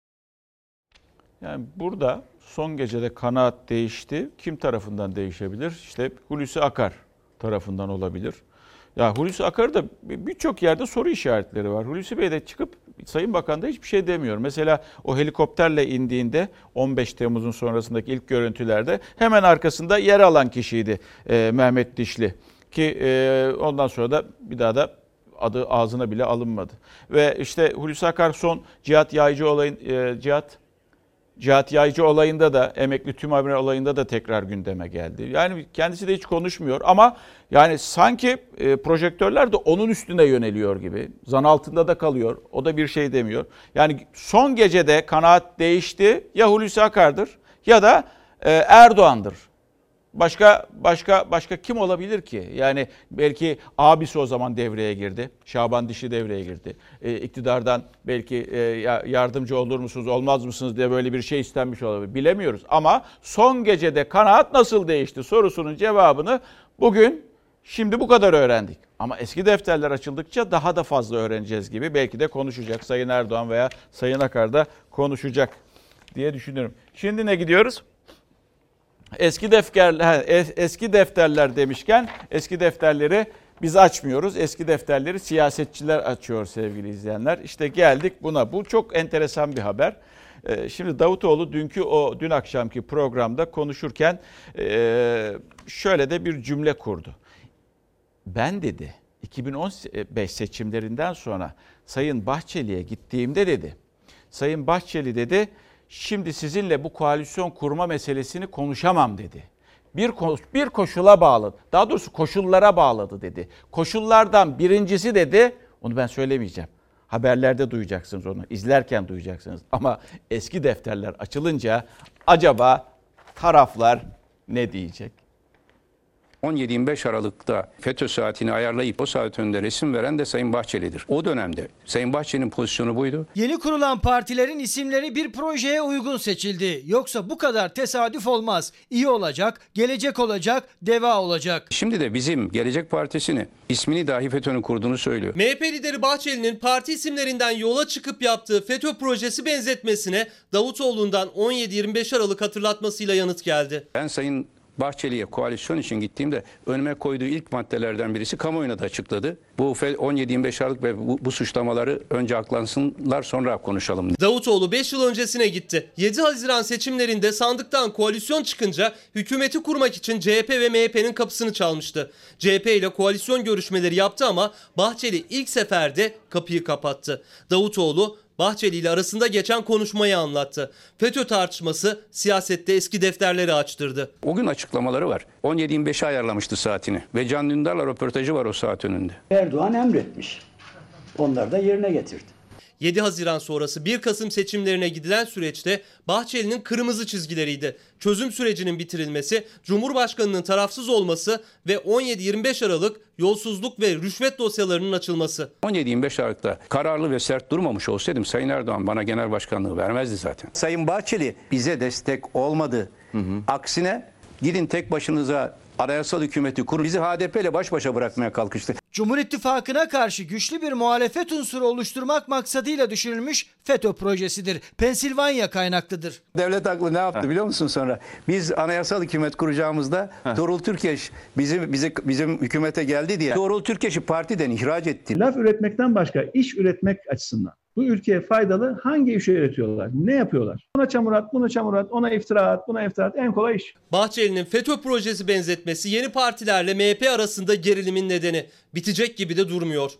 Yani burada son gecede kanaat değişti. Kim tarafından değişebilir? İşte Hulusi Akar tarafından olabilir. Ya Hulusi Akar'da birçok yerde soru işaretleri var. Hulusi Bey de çıkıp Sayın Bakan da hiçbir şey demiyor. Mesela o helikopterle indiğinde on beş Temmuz'un sonrasındaki ilk görüntülerde hemen arkasında yer alan kişiydi e, Mehmet Dişli. Ki e, ondan sonra da bir daha da adı ağzına bile alınmadı. Ve işte Hulusi Akar son Cihat Yaycı olayın e, Cihat Cihat Yaycı olayında da emekli tümamiral olayında da tekrar gündeme geldi. Yani kendisi de hiç konuşmuyor ama yani sanki e, projektörler de onun üstüne yöneliyor gibi. Zan altında da kalıyor. O da bir şey demiyor. Yani son gecede kanaat değişti. Ya Hulusi Akar'dır ya da e, Erdoğan'dır. Başka başka başka kim olabilir ki? Yani belki abisi o zaman devreye girdi. Şaban Dişli devreye girdi. E, iktidardan belki e, yardımcı olur musunuz, olmaz mısınız diye böyle bir şey istenmiş olabilir. Bilemiyoruz. Ama son gecede kanaat nasıl değişti sorusunun cevabını bugün şimdi bu kadar öğrendik. Ama eski defterler açıldıkça daha da fazla öğreneceğiz gibi. Belki de konuşacak. Sayın Erdoğan veya Sayın Akar da konuşacak diye düşünüyorum. Şimdi ne gidiyoruz? Eski defterler, eski defterler demişken eski defterleri biz açmıyoruz. Eski defterleri siyasetçiler açıyor sevgili izleyenler. İşte geldik buna. Bu çok enteresan bir haber. Şimdi Davutoğlu dünkü o dün akşamki programda konuşurken şöyle de bir cümle kurdu. Ben dedi iki bin on beş seçimlerinden sonra Sayın Bahçeli'ye gittiğimde dedi. Sayın Bahçeli dedi şimdi sizinle bu koalisyon kurma meselesini konuşamam dedi. Bir, bir koşula bağlı, daha doğrusu koşullara bağladı dedi. Koşullardan birincisi dedi, onu ben söylemeyeceğim. Haberlerde duyacaksınız onu, izlerken duyacaksınız. Ama eski defterler açılınca acaba taraflar ne diyecek? on yedi yirmi beş Aralık'ta FETÖ saatini ayarlayıp o saat önünde resim veren de Sayın Bahçeli'dir. O dönemde Sayın Bahçeli'nin pozisyonu buydu. Yeni kurulan partilerin isimleri bir projeye uygun seçildi. Yoksa bu kadar tesadüf olmaz. İyi olacak, gelecek olacak, deva olacak. Şimdi de bizim Gelecek Partisi'ni ismini dahi FETÖ'nün kurduğunu söylüyor. M H P lideri Bahçeli'nin parti isimlerinden yola çıkıp yaptığı FETÖ projesi benzetmesine Davutoğlu'ndan on yedi yirmi beş Aralık hatırlatmasıyla yanıt geldi. Ben Sayın Bahçeli'ye koalisyon için gittiğimde önüme koyduğu ilk maddelerden birisi kamuoyuna da açıkladı. Bu on yedi yirmi beş Aralık ve bu, bu suçlamaları önce aklansınlar sonra konuşalım. Davutoğlu beş yıl öncesine gitti. yedi Haziran seçimlerinde sandıktan koalisyon çıkınca hükümeti kurmak için C H P ve M H P'nin kapısını çalmıştı. C H P ile koalisyon görüşmeleri yaptı ama Bahçeli ilk seferde kapıyı kapattı. Davutoğlu Bahçeli ile arasında geçen konuşmayı anlattı. FETÖ tartışması siyasette eski defterleri açtırdı. O gün açıklamaları var. on yedi yirmi beşe ayarlamıştı saatini ve Can Dündar'la röportajı var o saat önünde. Erdoğan emretmiş. Onlar da yerine getirdi. yedi Haziran sonrası bir Kasım seçimlerine gidilen süreçte Bahçeli'nin kırmızı çizgileriydi. Çözüm sürecinin bitirilmesi, Cumhurbaşkanı'nın tarafsız olması ve on yedi yirmi beş Aralık yolsuzluk ve rüşvet dosyalarının açılması. on yedi yirmi beş Aralık'ta kararlı ve sert durmamış olsaydım Sayın Erdoğan bana genel başkanlığı vermezdi zaten. Sayın Bahçeli bize destek olmadı. Hı hı. Aksine gidin tek başınıza anayasal hükümeti kurun. Bizi H D P ile baş başa bırakmaya kalkıştı. Cumhur İttifakı'na karşı güçlü bir muhalefet unsuru oluşturmak maksadıyla düşünülmüş FETÖ projesidir. Pensilvanya kaynaklıdır. Devlet aklı ne yaptı Heh. biliyor musun sonra? Biz anayasal hükümet kuracağımızda Heh. Tuğrul Türkeş bizim bizi, bizim hükümete geldi diye Tuğrul Türkeş'i partiden ihraç etti. Laf üretmekten başka iş üretmek açısından bu ülkeye faydalı hangi işi üretiyorlar? Ne yapıyorlar? Buna çamur at, buna çamur at, ona iftira at, buna iftira at. En kolay iş. Bahçeli'nin FETÖ projesi benzetmesi yeni partilerle M H P arasında gerilimin nedeni. Bitecek gibi de durmuyor.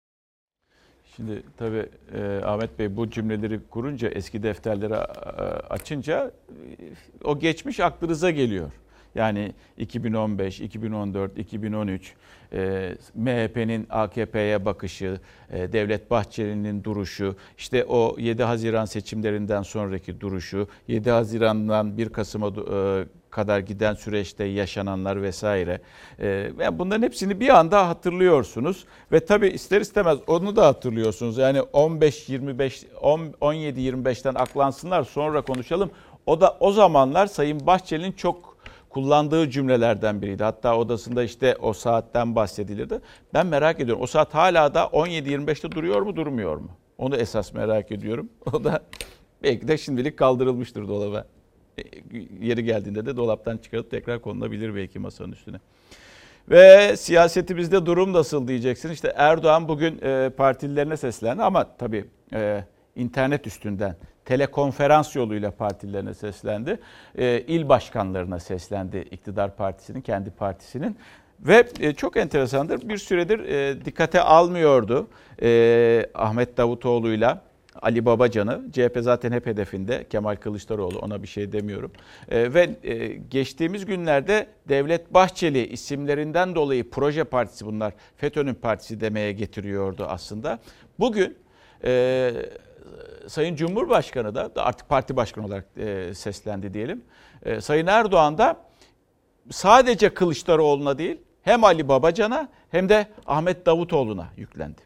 Şimdi tabii e, Ahmet Bey bu cümleleri kurunca, eski defterleri e, açınca e, o geçmiş aklınıza geliyor. Yani iki bin on beş, iki bin on dört, iki bin on üç e, M H P'nin A K P'ye bakışı, e, Devlet Bahçeli'nin duruşu, işte o yedi Haziran seçimlerinden sonraki duruşu, yedi Haziran'dan bir Kasım'a e, kadar giden süreçte yaşananlar vesaire. E, yani bunların hepsini bir anda hatırlıyorsunuz ve tabii ister istemez onu da hatırlıyorsunuz. Yani on beş yirmi beş, on yedi yirmi beşten aklansınlar sonra konuşalım. O da o zamanlar Sayın Bahçeli'nin çok kullandığı cümlelerden biriydi. Hatta odasında işte o saatten bahsedilirdi. Ben merak ediyorum. O saat hala da on yedi yirmi beşte duruyor mu, durmuyor mu? Onu esas merak ediyorum. O da belki de şimdilik kaldırılmıştır dolaba. Yeri geldiğinde de dolaptan çıkarıp tekrar konulabilir belki masanın üstüne. Ve siyasetimizde durum nasıl diyeceksin? İşte Erdoğan bugün e, partililerine seslendi ama tabii e, internet üstünden, telekonferans yoluyla partilerine seslendi. E, il başkanlarına seslendi iktidar partisinin, kendi partisinin. Ve e, çok enteresandır, bir süredir e, dikkate almıyordu e, Ahmet Davutoğlu'yla Ali Babacan'ı. C H P zaten hep hedefinde. Kemal Kılıçdaroğlu, ona bir şey demiyorum. E, ve e, geçtiğimiz günlerde Devlet Bahçeli isimlerinden dolayı proje partisi, bunlar FETÖ'nün partisi demeye getiriyordu aslında. Bugün e, Sayın Cumhurbaşkanı da artık parti başkanı olarak e, seslendi diyelim. E, Sayın Erdoğan da sadece Kılıçdaroğlu'na değil, hem Ali Babacan'a hem de Ahmet Davutoğlu'na yüklendi.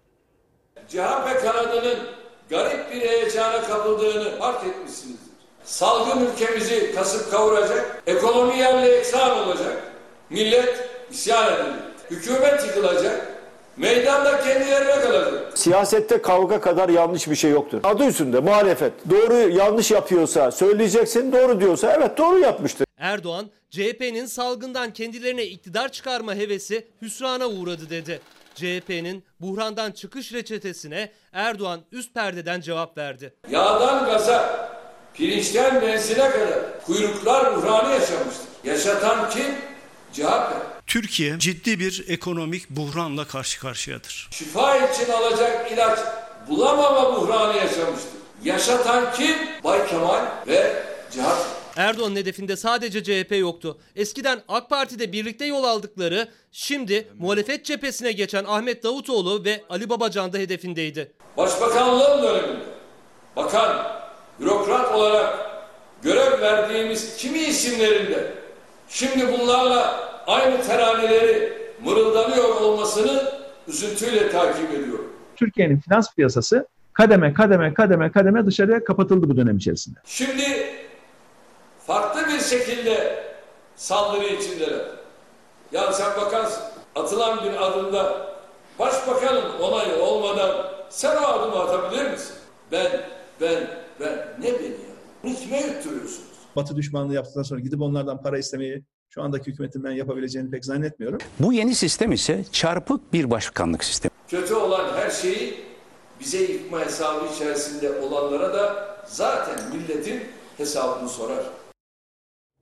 C H P kanadının garip bir heyecana kapıldığını fark etmişsinizdir. Salgın ülkemizi kasıp kavuracak, ekonomi yerle eksan olacak, millet isyan edecek, hükümet yıkılacak, meydanda kendilerine kalacak. Siyasette kavga kadar yanlış bir şey yoktur. Adı üstünde muhalefet. Doğru yanlış yapıyorsa söyleyeceksin, doğru diyorsa evet doğru yapmıştır. Erdoğan, C H P'nin salgından kendilerine iktidar çıkarma hevesi hüsrana uğradı dedi. C H P'nin buhrandan çıkış reçetesine Erdoğan üst perdeden cevap verdi. Yağdan gaza, pirinçten benzine kadar kuyruklar buhranı yaşamıştır. Yaşatan kim? C H P. Türkiye ciddi bir ekonomik buhranla karşı karşıyadır. Şifa için alacak ilaç bulamama buhranı yaşamıştır. Yaşatan kim? Bay Kemal ve C H P. Erdoğan'ın hedefinde sadece C H P yoktu. Eskiden AK Parti'de birlikte yol aldıkları, şimdi muhalefet cephesine geçen Ahmet Davutoğlu ve Ali Babacan da hedefindeydi. Başbakanlığın döneminde bakan, bürokrat olarak görev verdiğimiz kimi isimlerinde şimdi bunlarla aynı teraneleri mırıldanıyor olmasını üzüntüyle takip ediyorum. Türkiye'nin finans piyasası kademe kademe kademe kademe dışarıya kapatıldı bu dönem içerisinde. Şimdi farklı bir şekilde saldırı içindeler. Ya sen bakarsın, atılan bir adımda başbakanın onayı olmadan sen o adımı atabilir misin? Ben, ben, ben ne beni ya? Kime yutturuyorsunuz? Batı düşmanlığı yaptıktan sonra gidip onlardan para istemeyi şu andaki hükümetin ben yapabileceğini pek zannetmiyorum. Bu yeni sistem ise çarpık bir başkanlık sistemi. Kötü olan her şeyi bize yıkma hesabı içerisinde olanlara da zaten milletin hesabını sorar.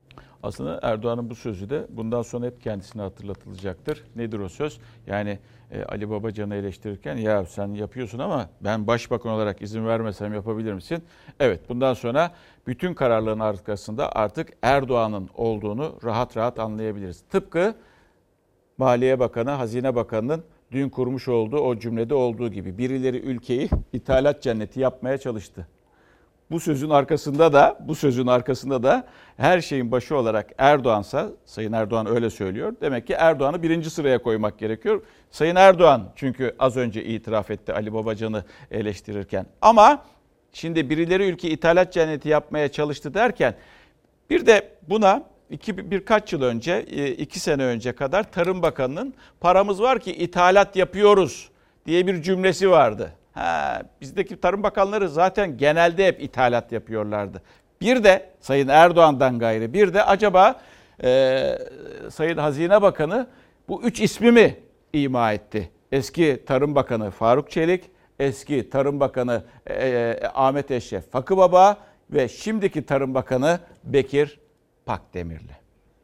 Aslında Erdoğan'ın bu sözü de bundan sonra hep kendisine hatırlatılacaktır. Nedir o söz? Yani e, Ali Babacan'ı eleştirirken ya sen yapıyorsun ama ben başbakan olarak izin vermesem yapabilir misin? Evet, bundan sonra bütün kararların arkasında artık Erdoğan'ın olduğunu rahat rahat anlayabiliriz. Tıpkı Maliye Bakanı, Hazine Bakanı'nın dün kurmuş olduğu o cümlede olduğu gibi birileri ülkeyi ithalat cenneti yapmaya çalıştı. Bu sözün arkasında da bu sözün arkasında da her şeyin başı olarak Erdoğan'sa, Sayın Erdoğan öyle söylüyor. Demek ki Erdoğan'ı birinci sıraya koymak gerekiyor. Sayın Erdoğan çünkü az önce itiraf etti Ali Babacan'ı eleştirirken. Ama şimdi birileri ülke ithalat cenneti yapmaya çalıştı derken bir de buna iki, birkaç yıl önce, iki sene önce kadar Tarım Bakanı'nın paramız var ki ithalat yapıyoruz diye bir cümlesi vardı. Ha, bizdeki Tarım Bakanları zaten genelde hep ithalat yapıyorlardı. Bir de Sayın Erdoğan'dan gayrı bir de acaba e, Sayın Hazine Bakanı bu üç ismi mi ima etti? Eski Tarım Bakanı Faruk Çelik, eski Tarım Bakanı e, Ahmet Eşref Fakıbaba ve şimdiki Tarım Bakanı Bekir Pakdemirli.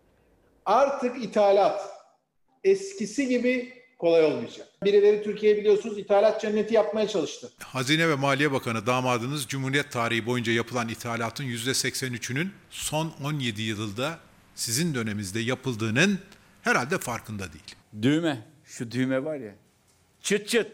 Artık ithalat eskisi gibi kolay olmayacak. Birileri Türkiye biliyorsunuz ithalat cenneti yapmaya çalıştı. Hazine ve Maliye Bakanı damadınız Cumhuriyet tarihi boyunca yapılan ithalatın yüzde seksen üçünün son on yedi yılda sizin döneminizde yapıldığının herhalde farkında değil. Düğme, şu düğme var ya, çıt çıt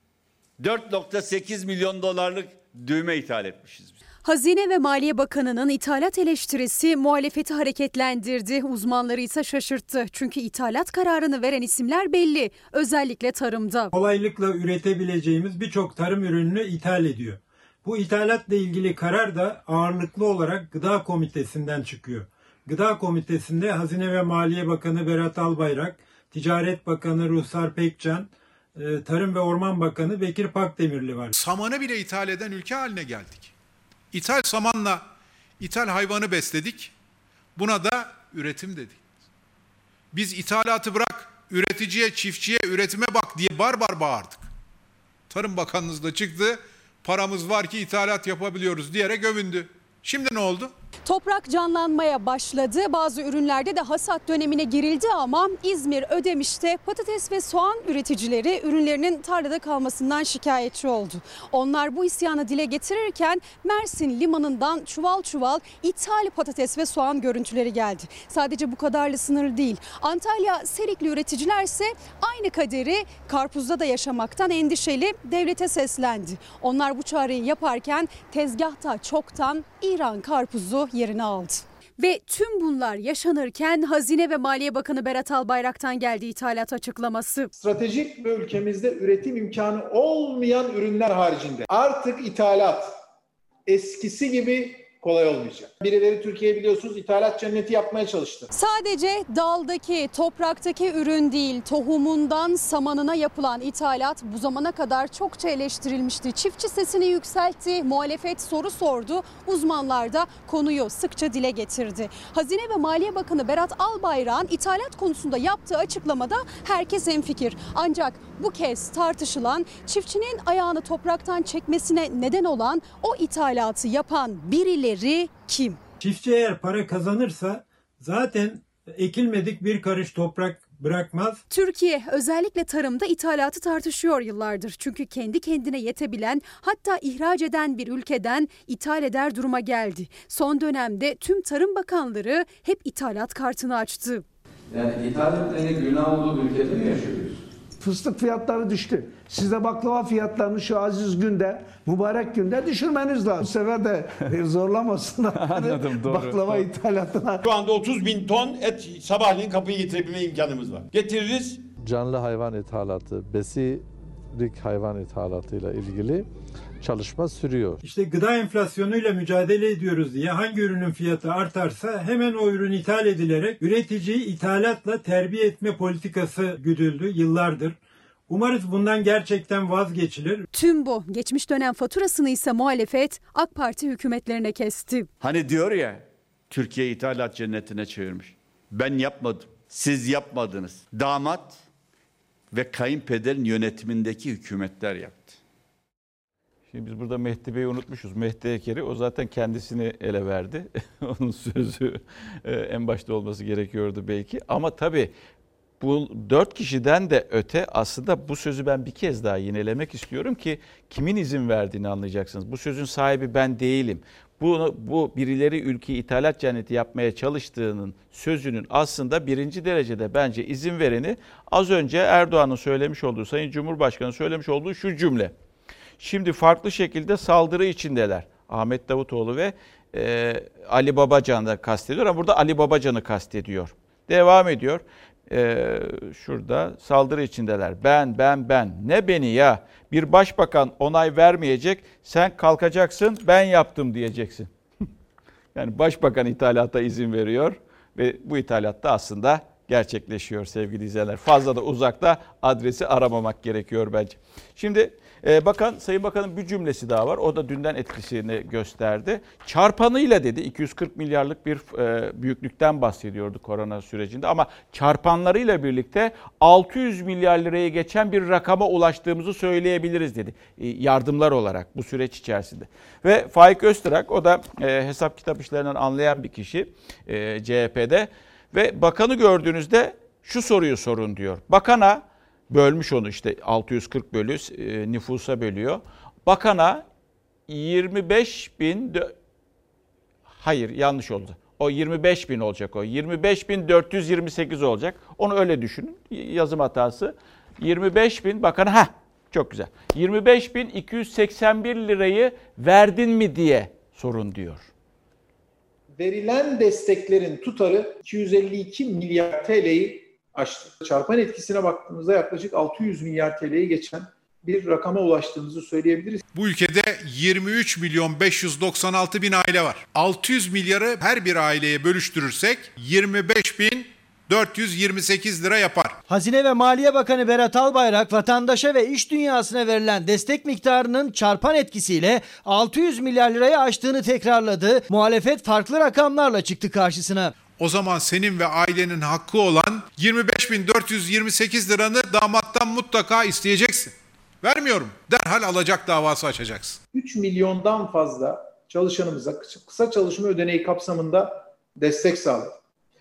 dört virgül sekiz milyon dolarlık düğme ithal etmişiz. Hazine ve Maliye Bakanı'nın ithalat eleştirisi muhalefeti hareketlendirdi. Uzmanları ise şaşırttı. Çünkü ithalat kararını veren isimler belli. Özellikle tarımda. Kolaylıkla üretebileceğimiz birçok tarım ürününü ithal ediyor. Bu ithalatla ilgili karar da ağırlıklı olarak Gıda Komitesi'nden çıkıyor. Gıda Komitesi'nde Hazine ve Maliye Bakanı Berat Albayrak, Ticaret Bakanı Ruhsar Pekcan, Tarım ve Orman Bakanı Bekir Pakdemirli var. Samanı bile ithal eden ülke haline geldik. İthal samanla ithal hayvanı besledik. Buna da üretim dedik. Biz ithalatı bırak, üreticiye, çiftçiye, üretime bak diye bar bar bağırdık. Tarım Bakanınız da çıktı, paramız var ki ithalat yapabiliyoruz diyerek övündü. Şimdi ne oldu? Toprak canlanmaya başladı. Bazı ürünlerde de hasat dönemine girildi ama İzmir Ödemiş'te patates ve soğan üreticileri ürünlerinin tarlada kalmasından şikayetçi oldu. Onlar bu isyanı dile getirirken Mersin limanından çuval çuval ithal patates ve soğan görüntüleri geldi. Sadece bu kadarla sınırlı değil. Antalya Serikli üreticiler ise aynı kaderi karpuzda da yaşamaktan endişeli, devlete seslendi. Onlar bu çağrıyı yaparken tezgahta çoktan İran karpuzu yerini aldı. Ve tüm bunlar yaşanırken Hazine ve Maliye Bakanı Berat Albayrak'tan geldi ithalat açıklaması. Stratejik ve ülkemizde üretim imkanı olmayan ürünler haricinde artık ithalat eskisi gibi kolay olmayacak. Birileri Türkiye biliyorsunuz ithalat cenneti yapmaya çalıştı. Sadece daldaki, topraktaki ürün değil, tohumundan samanına yapılan ithalat bu zamana kadar çokça eleştirilmişti. Çiftçi sesini yükseltti, muhalefet soru sordu, uzmanlar da konuyu sıkça dile getirdi. Hazine ve Maliye Bakanı Berat Albayrak'ın ithalat konusunda yaptığı açıklamada herkes hemfikir. Ancak bu kez tartışılan, çiftçinin ayağını topraktan çekmesine neden olan o ithalatı yapan birileri kim? Çiftçi eğer para kazanırsa zaten ekilmedik bir karış toprak bırakmaz. Türkiye özellikle tarımda ithalatı tartışıyor yıllardır. Çünkü kendi kendine yetebilen, hatta ihraç eden bir ülkeden ithal eder duruma geldi. Son dönemde tüm tarım bakanları hep ithalat kartını açtı. Yani ithal etmenin günah olduğu bir ülkede mi yaşıyoruz? Fıstık fiyatları düştü. Siz de baklava fiyatlarını şu aziz günde, mübarek günde düşürmeniz lazım. Bu sefer de zorlamasınlar. Anladım, doğru. Baklava ithalatına. Şu anda otuz bin ton et sabahleyin kapıya getirebilme imkanımız var. Getiririz. Canlı hayvan ithalatı, besilik hayvan ithalatıyla ilgili çalışma sürüyor. İşte gıda enflasyonuyla mücadele ediyoruz diye hangi ürünün fiyatı artarsa hemen o ürün ithal edilerek üreticiyi ithalatla terbiye etme politikası güdüldü yıllardır. Umarız bundan gerçekten vazgeçilir. Tüm bu geçmiş dönem faturasını ise muhalefet AK Parti hükümetlerine kesti. Hani diyor ya, Türkiye ithalat cennetine çevirmiş. Ben yapmadım, siz yapmadınız. Damat ve kayınpederin yönetimindeki hükümetler yaptı. Şimdi biz burada Mehdi Bey'i unutmuşuz. Mehdi Eker'i, o zaten kendisini ele verdi. Onun sözü en başta olması gerekiyordu belki. Ama tabii bu dört kişiden de öte aslında bu sözü ben bir kez daha yinelemek istiyorum ki kimin izin verdiğini anlayacaksınız. Bu sözün sahibi ben değilim. Bu, bu birileri ülkeyi ithalat cenneti yapmaya çalıştığının sözünün aslında birinci derecede bence izin vereni az önce Erdoğan'ın söylemiş olduğu, Sayın Cumhurbaşkanı'nın söylemiş olduğu şu cümle. Şimdi farklı şekilde saldırı içindeler. Ahmet Davutoğlu ve e, Ali Babacan da kastediyor ama burada Ali Babacan'ı kastediyor. Devam ediyor. Ee, şurada saldırı içindeler. Ben, ben, ben. Ne beni ya? Bir başbakan onay vermeyecek. Sen kalkacaksın, ben yaptım diyeceksin. Yani başbakan ithalata izin veriyor ve bu ithalatta aslında gerçekleşiyor sevgili izleyenler. Fazla da uzakta adresi aramamak gerekiyor bence. Şimdi e, bakan, Sayın Bakan'ın bir cümlesi daha var. O da dünden etkisini gösterdi. Çarpanıyla dedi, iki yüz kırk milyarlık bir e, büyüklükten bahsediyordu korona sürecinde. Ama çarpanlarıyla birlikte altı yüz milyar liraya geçen bir rakama ulaştığımızı söyleyebiliriz dedi. E, yardımlar olarak bu süreç içerisinde. Ve Faik Öztürk, o da e, hesap kitap işlerinden anlayan bir kişi e, C H P'de. Ve bakanı gördüğünüzde şu soruyu sorun diyor. Bakana, bölmüş onu işte altı yüz kırk bölü e, nüfusa bölüyor. Bakana yirmi beş bin, hayır yanlış oldu. O yirmi beş bin olacak o. yirmi beş bin dört yüz yirmi sekiz olacak. Onu öyle düşünün. Yazım hatası. yirmi beş bin bakana, ha çok güzel. yirmi beş bin iki yüz seksen bir lirayı verdin mi diye sorun diyor. Verilen desteklerin tutarı iki yüz elli iki milyar T L'yi aştı. Çarpan etkisine baktığımızda yaklaşık altı yüz milyar T L'yi geçen bir rakama ulaştığımızı söyleyebiliriz. Bu ülkede yirmi üç milyon beş yüz doksan altı bin aile var. altı yüz milyarı her bir aileye bölüştürürsek yirmi beş bin dört yüz yirmi sekiz lira yapar. Hazine ve Maliye Bakanı Berat Albayrak vatandaşa ve iş dünyasına verilen destek miktarının çarpan etkisiyle altı yüz milyar lirayı aştığını tekrarladı. Muhalefet farklı rakamlarla çıktı karşısına. O zaman senin ve ailenin hakkı olan yirmi beş bin dört yüz yirmi sekiz liranı damattan mutlaka isteyeceksin. Vermiyorum. Derhal alacak davası açacaksın. üç milyondan fazla çalışanımıza kısa çalışma ödeneği kapsamında destek sağladık.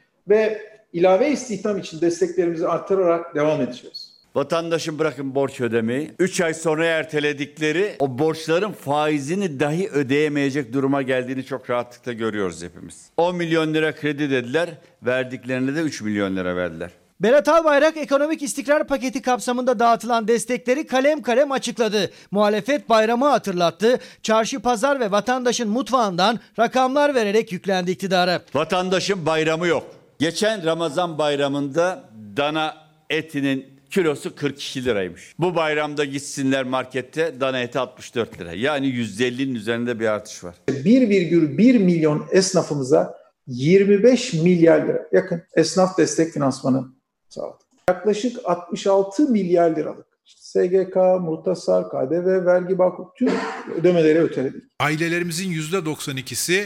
Ve ilave istihdam için desteklerimizi artırarak devam edeceğiz. Vatandaşın bırakın borç ödemeyi, üç ay sonra erteledikleri o borçların faizini dahi ödeyemeyecek duruma geldiğini çok rahatlıkla görüyoruz hepimiz. on milyon lira kredi dediler, verdiklerine de üç milyon lira verdiler. Berat Albayrak ekonomik istikrar paketi kapsamında dağıtılan destekleri kalem kalem açıkladı. Muhalefet bayramı hatırlattı. Çarşı, pazar ve vatandaşın mutfağından rakamlar vererek yüklendi iktidara. Vatandaşın bayramı yok. Geçen Ramazan bayramında dana etinin kilosu kırk iki liraymış. Bu bayramda gitsinler markette dana eti altmış dört lira. Yani yüzde ellinin üzerinde bir artış var. bir virgül bir milyon esnafımıza yirmi beş milyar lira yakın esnaf destek finansmanı sağladık. Yaklaşık altmış altı milyar liralık işte S G K, muhtasar, K D V, vergi, bakım tüm ödemeleri öteledik. Ailelerimizin yüzde doksan ikisi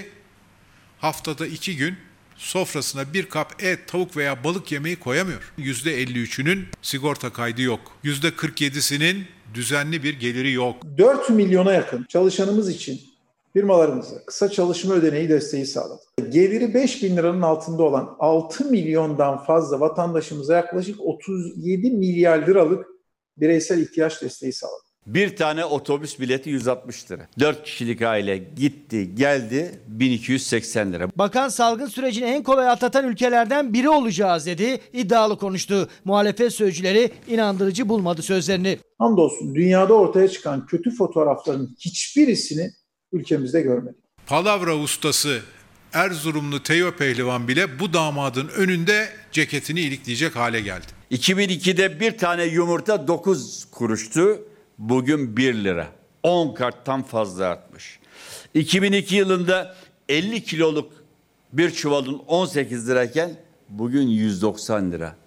haftada iki gün sofrasına bir kap et, tavuk veya balık yemeği koyamıyor. yüzde elli üçünün sigorta kaydı yok. yüzde kırk yedisinin düzenli bir geliri yok. dört milyona yakın çalışanımız için firmalarımıza kısa çalışma ödeneği desteği sağladık. Geliri beş bin liranın altında olan altı milyondan fazla vatandaşımıza yaklaşık otuz yedi milyar liralık bireysel ihtiyaç desteği sağladık. Bir tane otobüs bileti yüz altmış lira. dört kişilik aile gitti geldi bin iki yüz seksen lira. Bakan salgın sürecini en kolay atlatan ülkelerden biri olacağız dedi. İddialı konuştu. Muhalefet sözcüleri inandırıcı bulmadı sözlerini. Hamdolsun dünyada ortaya çıkan kötü fotoğrafların hiçbirisini ülkemizde görmedik. Palavra ustası Erzurumlu Teo Pehlivan bile bu damadın önünde ceketini ilikleyecek hale geldi. iki bin ikide bir tane yumurta dokuz kuruştu. Bugün bir lira. on kattan fazla artmış. iki bin iki yılında elli kiloluk bir çuvalın on sekiz lirayken bugün yüz doksan lira.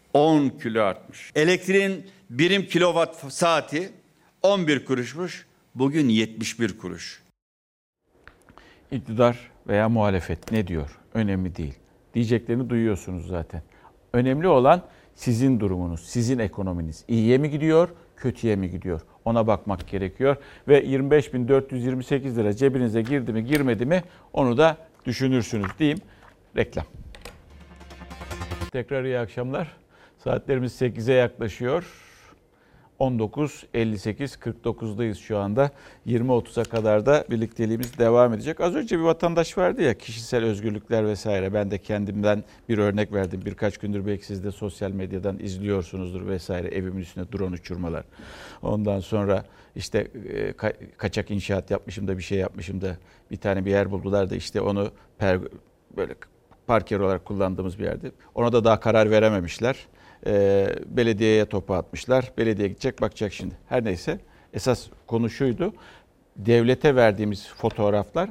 on kilo artmış. Elektriğin birim kilowatt saati on bir kuruşmuş. Bugün yetmiş bir kuruş. İktidar veya muhalefet ne diyor? Önemli değil. Diyeceklerini duyuyorsunuz zaten. Önemli olan sizin durumunuz, sizin ekonominiz. İyiye mi gidiyor, kötüye mi gidiyor? Ona bakmak gerekiyor. Ve yirmi beş bin dört yüz yirmi sekiz lira cebinize girdi mi girmedi mi onu da düşünürsünüz diyeyim. Reklam. Tekrar iyi akşamlar. Saatlerimiz sekize yaklaşıyor. on dokuz elli sekiz kırk dokuzdayız şu anda. yirmi otuza kadar da birlikteliğimiz devam edecek. Az önce bir vatandaş vardı ya, kişisel özgürlükler vesaire. Ben de kendimden bir örnek verdim. Birkaç gündür belki siz de sosyal medyadan izliyorsunuzdur vesaire. Evimin üstüne drone uçurmalar. Ondan sonra işte ka- kaçak inşaat yapmışım da bir şey yapmışım da bir tane bir yer buldular da işte onu per, böyle parker olarak kullandığımız bir yerde. Ona da daha karar verememişler. E, belediyeye topu atmışlar. Belediye gidecek bakacak şimdi. Her neyse esas konu şuydu. Devlete verdiğimiz fotoğraflar,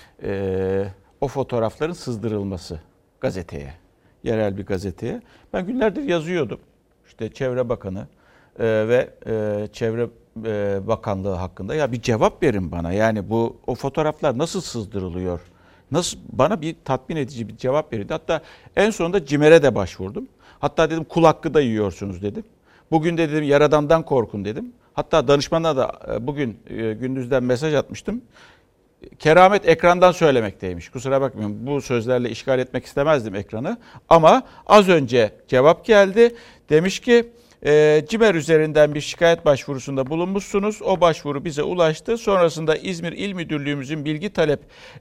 e, o fotoğrafların sızdırılması gazeteye, yerel bir gazeteye. Ben günlerdir yazıyordum. İşte Çevre Bakanı e, ve e, Çevre e, Bakanlığı hakkında ya bir cevap verin bana. Yani bu o fotoğraflar nasıl sızdırılıyor? Nasıl, bana bir tatmin edici bir cevap verildi. Hatta en sonunda CİMER'e de başvurdum. Hatta dedim kul hakkı da yiyorsunuz dedim. Bugün de dedim Yaradan'dan korkun dedim. Hatta danışmana da bugün gündüzden mesaj atmıştım. Keramet ekrandan söylemekteymiş. Kusura bakmayın, bu sözlerle işgal etmek istemezdim ekranı. Ama az önce cevap geldi. Demiş ki e, CİMER üzerinden bir şikayet başvurusunda bulunmuşsunuz. O başvuru bize ulaştı. Sonrasında İzmir İl Müdürlüğümüzün bilgi talep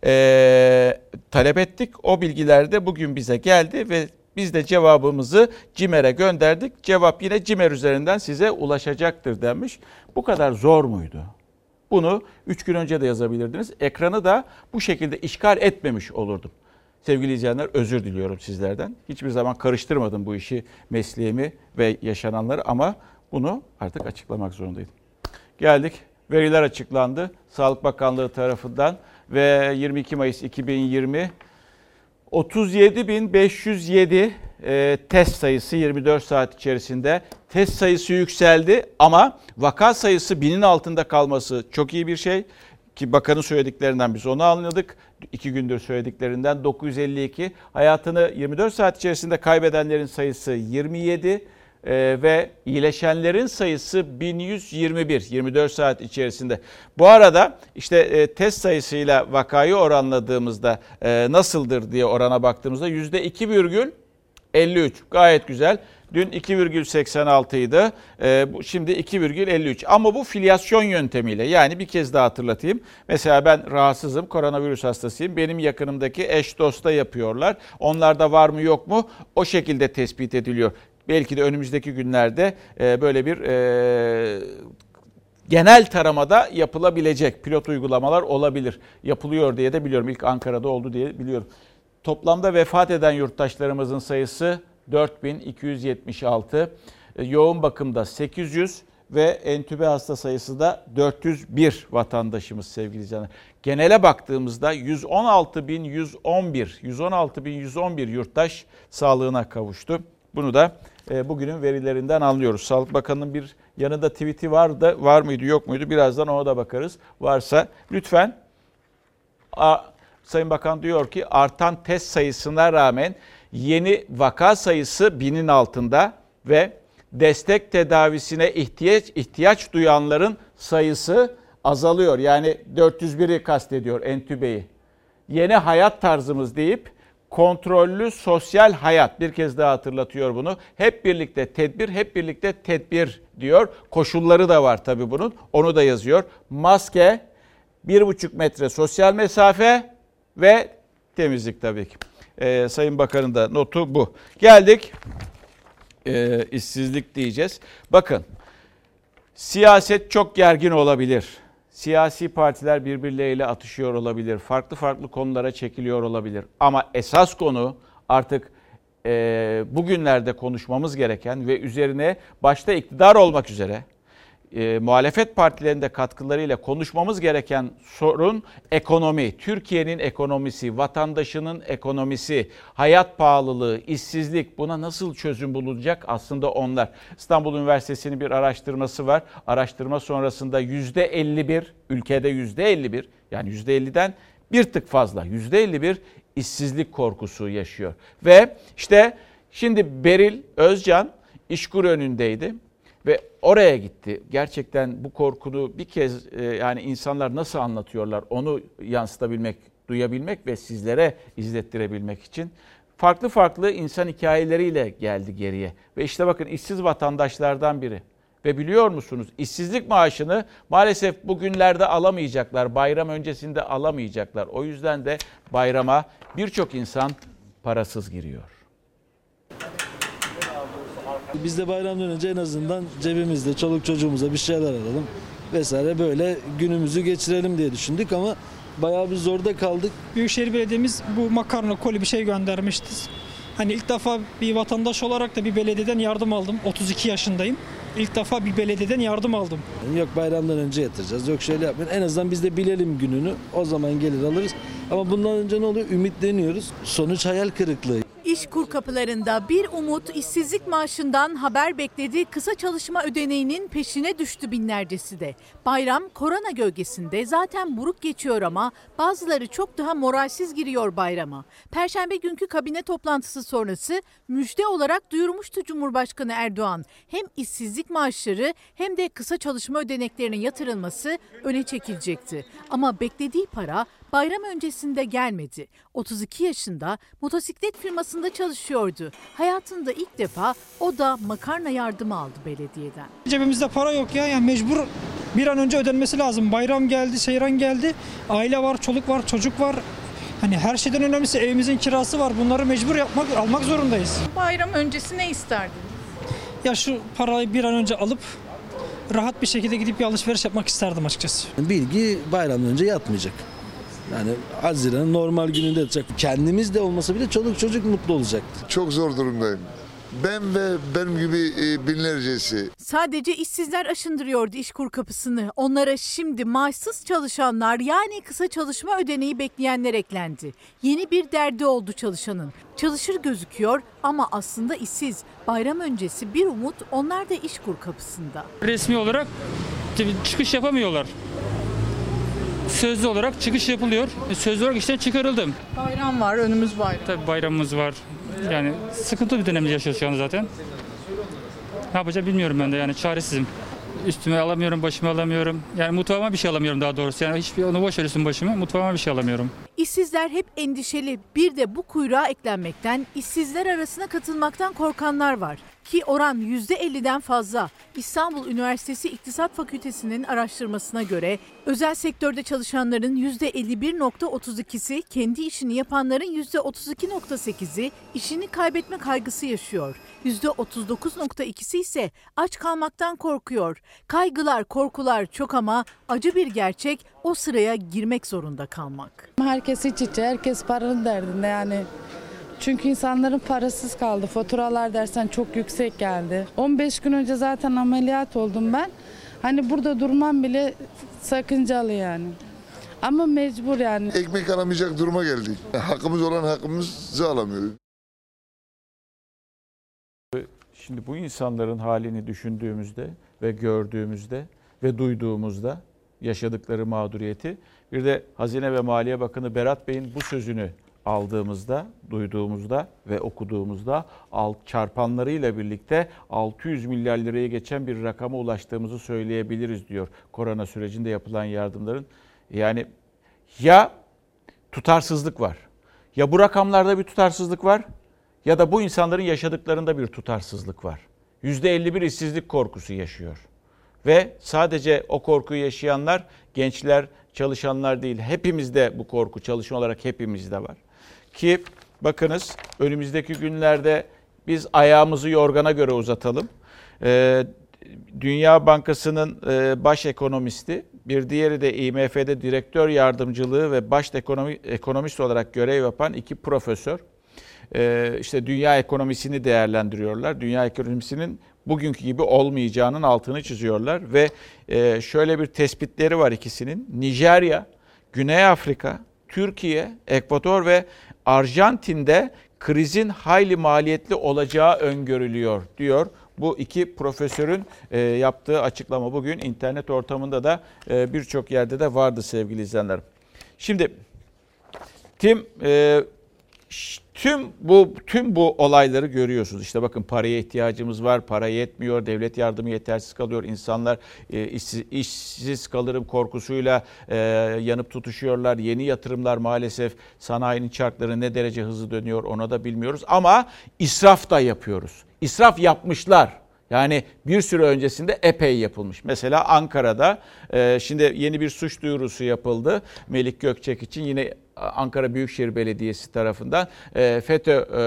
e, talep ettik. O bilgiler de bugün bize geldi ve biz de cevabımızı CİMER'e gönderdik. Cevap yine CİMER üzerinden size ulaşacaktır denmiş. Bu kadar zor muydu? Bunu üç gün önce de yazabilirdiniz. Ekranı da bu şekilde işgal etmemiş olurdum. Sevgili izleyenler, özür diliyorum sizlerden. Hiçbir zaman karıştırmadım bu işi, mesleğimi ve yaşananları ama bunu artık açıklamak zorundaydım. Geldik. Veriler açıklandı. Sağlık Bakanlığı tarafından ve yirmi iki Mayıs iki bin yirmi otuz yedi bin beş yüz yedi e, test sayısı yirmi dört saat içerisinde. Test sayısı yükseldi ama vaka sayısı binin altında kalması çok iyi bir şey. Ki bakanın söylediklerinden biz onu anladık. İki gündür söylediklerinden dokuz yüz elli iki. Hayatını yirmi dört saat içerisinde kaybedenlerin sayısı yirmi yedi. Ee, ve iyileşenlerin sayısı bin yüz yirmi bir yirmi dört saat içerisinde. Bu arada işte e, test sayısıyla vakayı oranladığımızda e, nasıldır diye orana baktığımızda yüzde iki virgül elli üç gayet güzel. Dün iki virgül seksen altı idi. E, şimdi iki virgül elli üç. Ama bu filyasyon yöntemiyle, yani bir kez daha hatırlatayım. Mesela ben rahatsızım, koronavirüs hastasıyım. Benim yakınımdaki eş dosta yapıyorlar. Onlarda var mı yok mu? O şekilde tespit ediliyor. Belki de önümüzdeki günlerde böyle bir genel taramada yapılabilecek pilot uygulamalar olabilir. Yapılıyor diye de biliyorum. İlk Ankara'da oldu diye biliyorum. Toplamda vefat eden yurttaşlarımızın sayısı dört bin iki yüz yetmiş altı. Yoğun bakımda sekiz yüz ve entübe hasta sayısı da dört yüz bir vatandaşımız sevgili izleyenler. Genele baktığımızda yüz on altı bin yüz on bir, yüz on altı bin yüz on bir yurttaş sağlığına kavuştu. Bunu da e, bugünün verilerinden anlıyoruz. Sağlık Bakanı'nın bir yanında tweet'i vardı, var mıydı yok muydu? Birazdan ona da bakarız. Varsa lütfen. A, Sayın Bakan diyor ki artan test sayısına rağmen yeni vaka sayısı binin altında ve destek tedavisine ihtiyaç ihtiyaç duyanların sayısı azalıyor. Yani dört yüz biri kastediyor entübeyi. Yeni hayat tarzımız deyip kontrollü sosyal hayat, bir kez daha hatırlatıyor bunu. Hep birlikte tedbir, hep birlikte tedbir diyor. Koşulları da var tabii bunun. Onu da yazıyor. Maske, bir buçuk metre sosyal mesafe ve temizlik tabii ki. Ee, Sayın Bakan'ın da notu bu. Geldik ee, işsizlik diyeceğiz. Bakın, siyaset çok gergin olabilir. Siyasi partiler birbirleriyle atışıyor olabilir. Farklı farklı konulara çekiliyor olabilir. Ama esas konu artık e, bugünlerde konuşmamız gereken ve üzerine başta iktidar olmak üzere e, muhalefet partilerinde katkılarıyla konuşmamız gereken sorun ekonomi. Türkiye'nin ekonomisi, vatandaşının ekonomisi, hayat pahalılığı, işsizlik, buna nasıl çözüm bulunacak? Aslında onlar. İstanbul Üniversitesi'nin bir araştırması var. Araştırma sonrasında yüzde elli bir, ülkede yüzde elli bir, yani yüzde elliden bir tık fazla, yüzde elli bir işsizlik korkusu yaşıyor. Ve işte şimdi Beril Özcan İşkur önündeydi. ve oraya gitti. Gerçekten bu korkunu bir kez e, yani insanlar nasıl anlatıyorlar onu yansıtabilmek, duyabilmek ve sizlere izlettirebilmek için farklı farklı insan hikayeleriyle geldi geriye. Ve işte bakın işsiz vatandaşlardan biri. Ve biliyor musunuz işsizlik maaşını maalesef bugünlerde alamayacaklar. Bayram öncesinde alamayacaklar. O yüzden de bayrama birçok insan parasız giriyor. Biz de bayramdan önce en azından cebimizde çoluk çocuğumuza bir şeyler alalım vesaire böyle günümüzü geçirelim diye düşündük ama bayağı bir zorda kaldık. Büyükşehir Belediye'miz bu makarna koli bir şey göndermişti. Hani ilk defa bir vatandaş olarak da bir belediyeden yardım aldım. otuz iki yaşındayım. İlk defa bir belediyeden yardım aldım. Yok bayramdan önce yatıracağız, yok şöyle yapmayın. En azından biz de bilelim gününü, o zaman gelir alırız. Ama bundan önce ne oluyor? Ümitleniyoruz. Sonuç hayal kırıklığı. İşkur kapılarında bir umut işsizlik maaşından haber bekledi. Kısa çalışma ödeneğinin peşine düştü binlercesi de. Bayram korona gölgesinde zaten buruk geçiyor ama bazıları çok daha moralsiz giriyor bayrama. Perşembe günkü kabine toplantısı sonrası müjde olarak duyurmuştu Cumhurbaşkanı Erdoğan. Hem işsizlik maaşları hem de kısa çalışma ödeneklerinin yatırılması öne çekilecekti. Ama beklediği para bayram öncesinde gelmedi. otuz iki yaşında motosiklet firmasında çalışıyordu. Hayatında ilk defa o da makarna yardımı aldı belediyeden. Cebimizde para yok ya, yani mecbur bir an önce ödenmesi lazım. Bayram geldi, seyran geldi, aile var, çoluk var, çocuk var. Hani her şeyden önemlisi evimizin kirası var. Bunları mecbur yapmak, almak zorundayız. Bayram öncesi ne isterdin? Ya şu parayı bir an önce alıp rahat bir şekilde gidip bir alışveriş yapmak isterdim açıkçası. Bilgi bayramdan önce yatmayacak. Yani Haziran'ın normal gününde yatacak. Kendimiz de olmasa bile çoluk çocuk mutlu olacaktı. Çok zor durumdayım. Ben ve benim gibi binlercesi. Sadece işsizler aşındırıyordu İşkur kapısını. Onlara şimdi maaşsız çalışanlar yani kısa çalışma ödeneği bekleyenler eklendi. Yeni bir derdi oldu çalışanın. Çalışır gözüküyor ama aslında işsiz. Bayram öncesi bir umut onlar da İşkur kapısında. Resmi olarak çıkış yapamıyorlar. Sözlü olarak çıkış yapılıyor. Sözlü olarak işten çıkarıldım. Bayram var, önümüz bayram. Tabii bayramımız var. Yani sıkıntılı bir dönemde yaşıyoruz şu anda zaten. Ne yapacağım bilmiyorum ben de, yani çaresizim. Üstüme alamıyorum, başıma alamıyorum. Yani mutfağıma bir şey alamıyorum daha doğrusu. Yani hiçbir onu boş ver üstüm başımı, mutfağıma bir şey alamıyorum. İşsizler hep endişeli. Bir de bu kuyruğa eklenmekten, işsizler arasına katılmaktan korkanlar var. Ki oran yüzde elliden fazla. İstanbul Üniversitesi İktisat Fakültesi'nin araştırmasına göre özel sektörde çalışanların yüzde elli bir virgül otuz ikisi, kendi işini yapanların yüzde otuz iki virgül sekizi işini kaybetme kaygısı yaşıyor. yüzde otuz dokuz virgül ikisi ise aç kalmaktan korkuyor. Kaygılar, korkular çok ama acı bir gerçek o sıraya girmek zorunda kalmak. Herkes iç içe, herkes paranın derdinde yani. Çünkü insanların parasız kaldı. Faturalar dersen çok yüksek geldi. on beş gün önce zaten ameliyat oldum ben. Hani burada durmam bile sakıncalı yani. Ama mecbur yani. Ekmek alamayacak duruma geldik. Hakkımız olan hakkımızı alamıyoruz. Şimdi bu insanların halini düşündüğümüzde ve gördüğümüzde ve duyduğumuzda yaşadıkları mağduriyeti, bir de Hazine ve Maliye Bakanı Berat Bey'in bu sözünü aldığımızda, duyduğumuzda ve okuduğumuzda çarpanlarıyla birlikte altı yüz milyar liraya geçen bir rakama ulaştığımızı söyleyebiliriz diyor. Korona sürecinde yapılan yardımların. Yani ya tutarsızlık var, ya bu rakamlarda bir tutarsızlık var ya da bu insanların yaşadıklarında bir tutarsızlık var. yüzde elli bir işsizlik korkusu yaşıyor. Ve sadece o korkuyu yaşayanlar gençler, çalışanlar değil. Hepimizde bu korku, çalışan olarak hepimizde var. Ki bakınız önümüzdeki günlerde biz ayağımızı yorgana göre uzatalım. Ee, Dünya Bankası'nın e, baş ekonomisti, bir diğeri de I M F'de direktör yardımcılığı ve baş ekonomi, ekonomist olarak görev yapan iki profesör. Ee, işte dünya ekonomisini değerlendiriyorlar. Dünya ekonomisinin bugünkü gibi olmayacağının altını çiziyorlar ve e, şöyle bir tespitleri var ikisinin. Nijerya, Güney Afrika, Türkiye, Ekvador ve Arjantin'de krizin hayli maliyetli olacağı öngörülüyor diyor. Bu iki profesörün e, yaptığı açıklama bugün internet ortamında da e, birçok yerde de vardı sevgili izleyenler. Şimdi Tim e, Tüm bu tüm bu olayları görüyorsunuz. İşte bakın paraya ihtiyacımız var, para yetmiyor, devlet yardımı yetersiz kalıyor. İnsanlar e, işsiz, işsiz kalırım korkusuyla e, yanıp tutuşuyorlar. Yeni yatırımlar maalesef sanayinin çarkları ne derece hızlı dönüyor ona da bilmiyoruz. Ama israf da yapıyoruz. İsraf yapmışlar. Yani bir süre öncesinde epey yapılmış. Mesela Ankara'da e, şimdi yeni bir suç duyurusu yapıldı Melik Gökçek için. Yine Ankara Büyükşehir Belediyesi tarafından e, FETÖ e,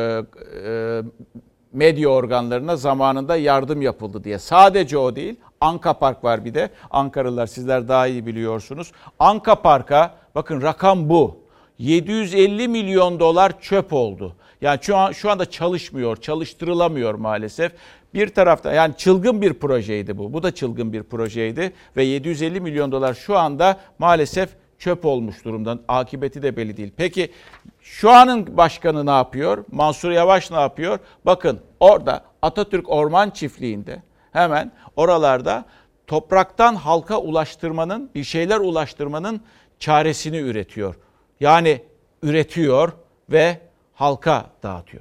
e, medya organlarına zamanında yardım yapıldı diye. Sadece o değil, Anka Park var bir de. Ankaralılar sizler daha iyi biliyorsunuz. Anka Park'a bakın rakam bu. yedi yüz elli milyon dolar çöp oldu. Yani şu an şu anda çalışmıyor, çalıştırılamıyor maalesef. Bir tarafta yani çılgın bir projeydi bu. Bu da çılgın bir projeydi ve yedi yüz elli milyon dolar şu anda maalesef çöp olmuş durumda. Akıbeti de belli değil. Peki şu anın başkanı ne yapıyor? Mansur Yavaş ne yapıyor? Bakın orada Atatürk Orman Çiftliği'nde hemen oralarda topraktan halka ulaştırmanın, bir şeyler ulaştırmanın çaresini üretiyor. Yani üretiyor ve halka dağıtıyor.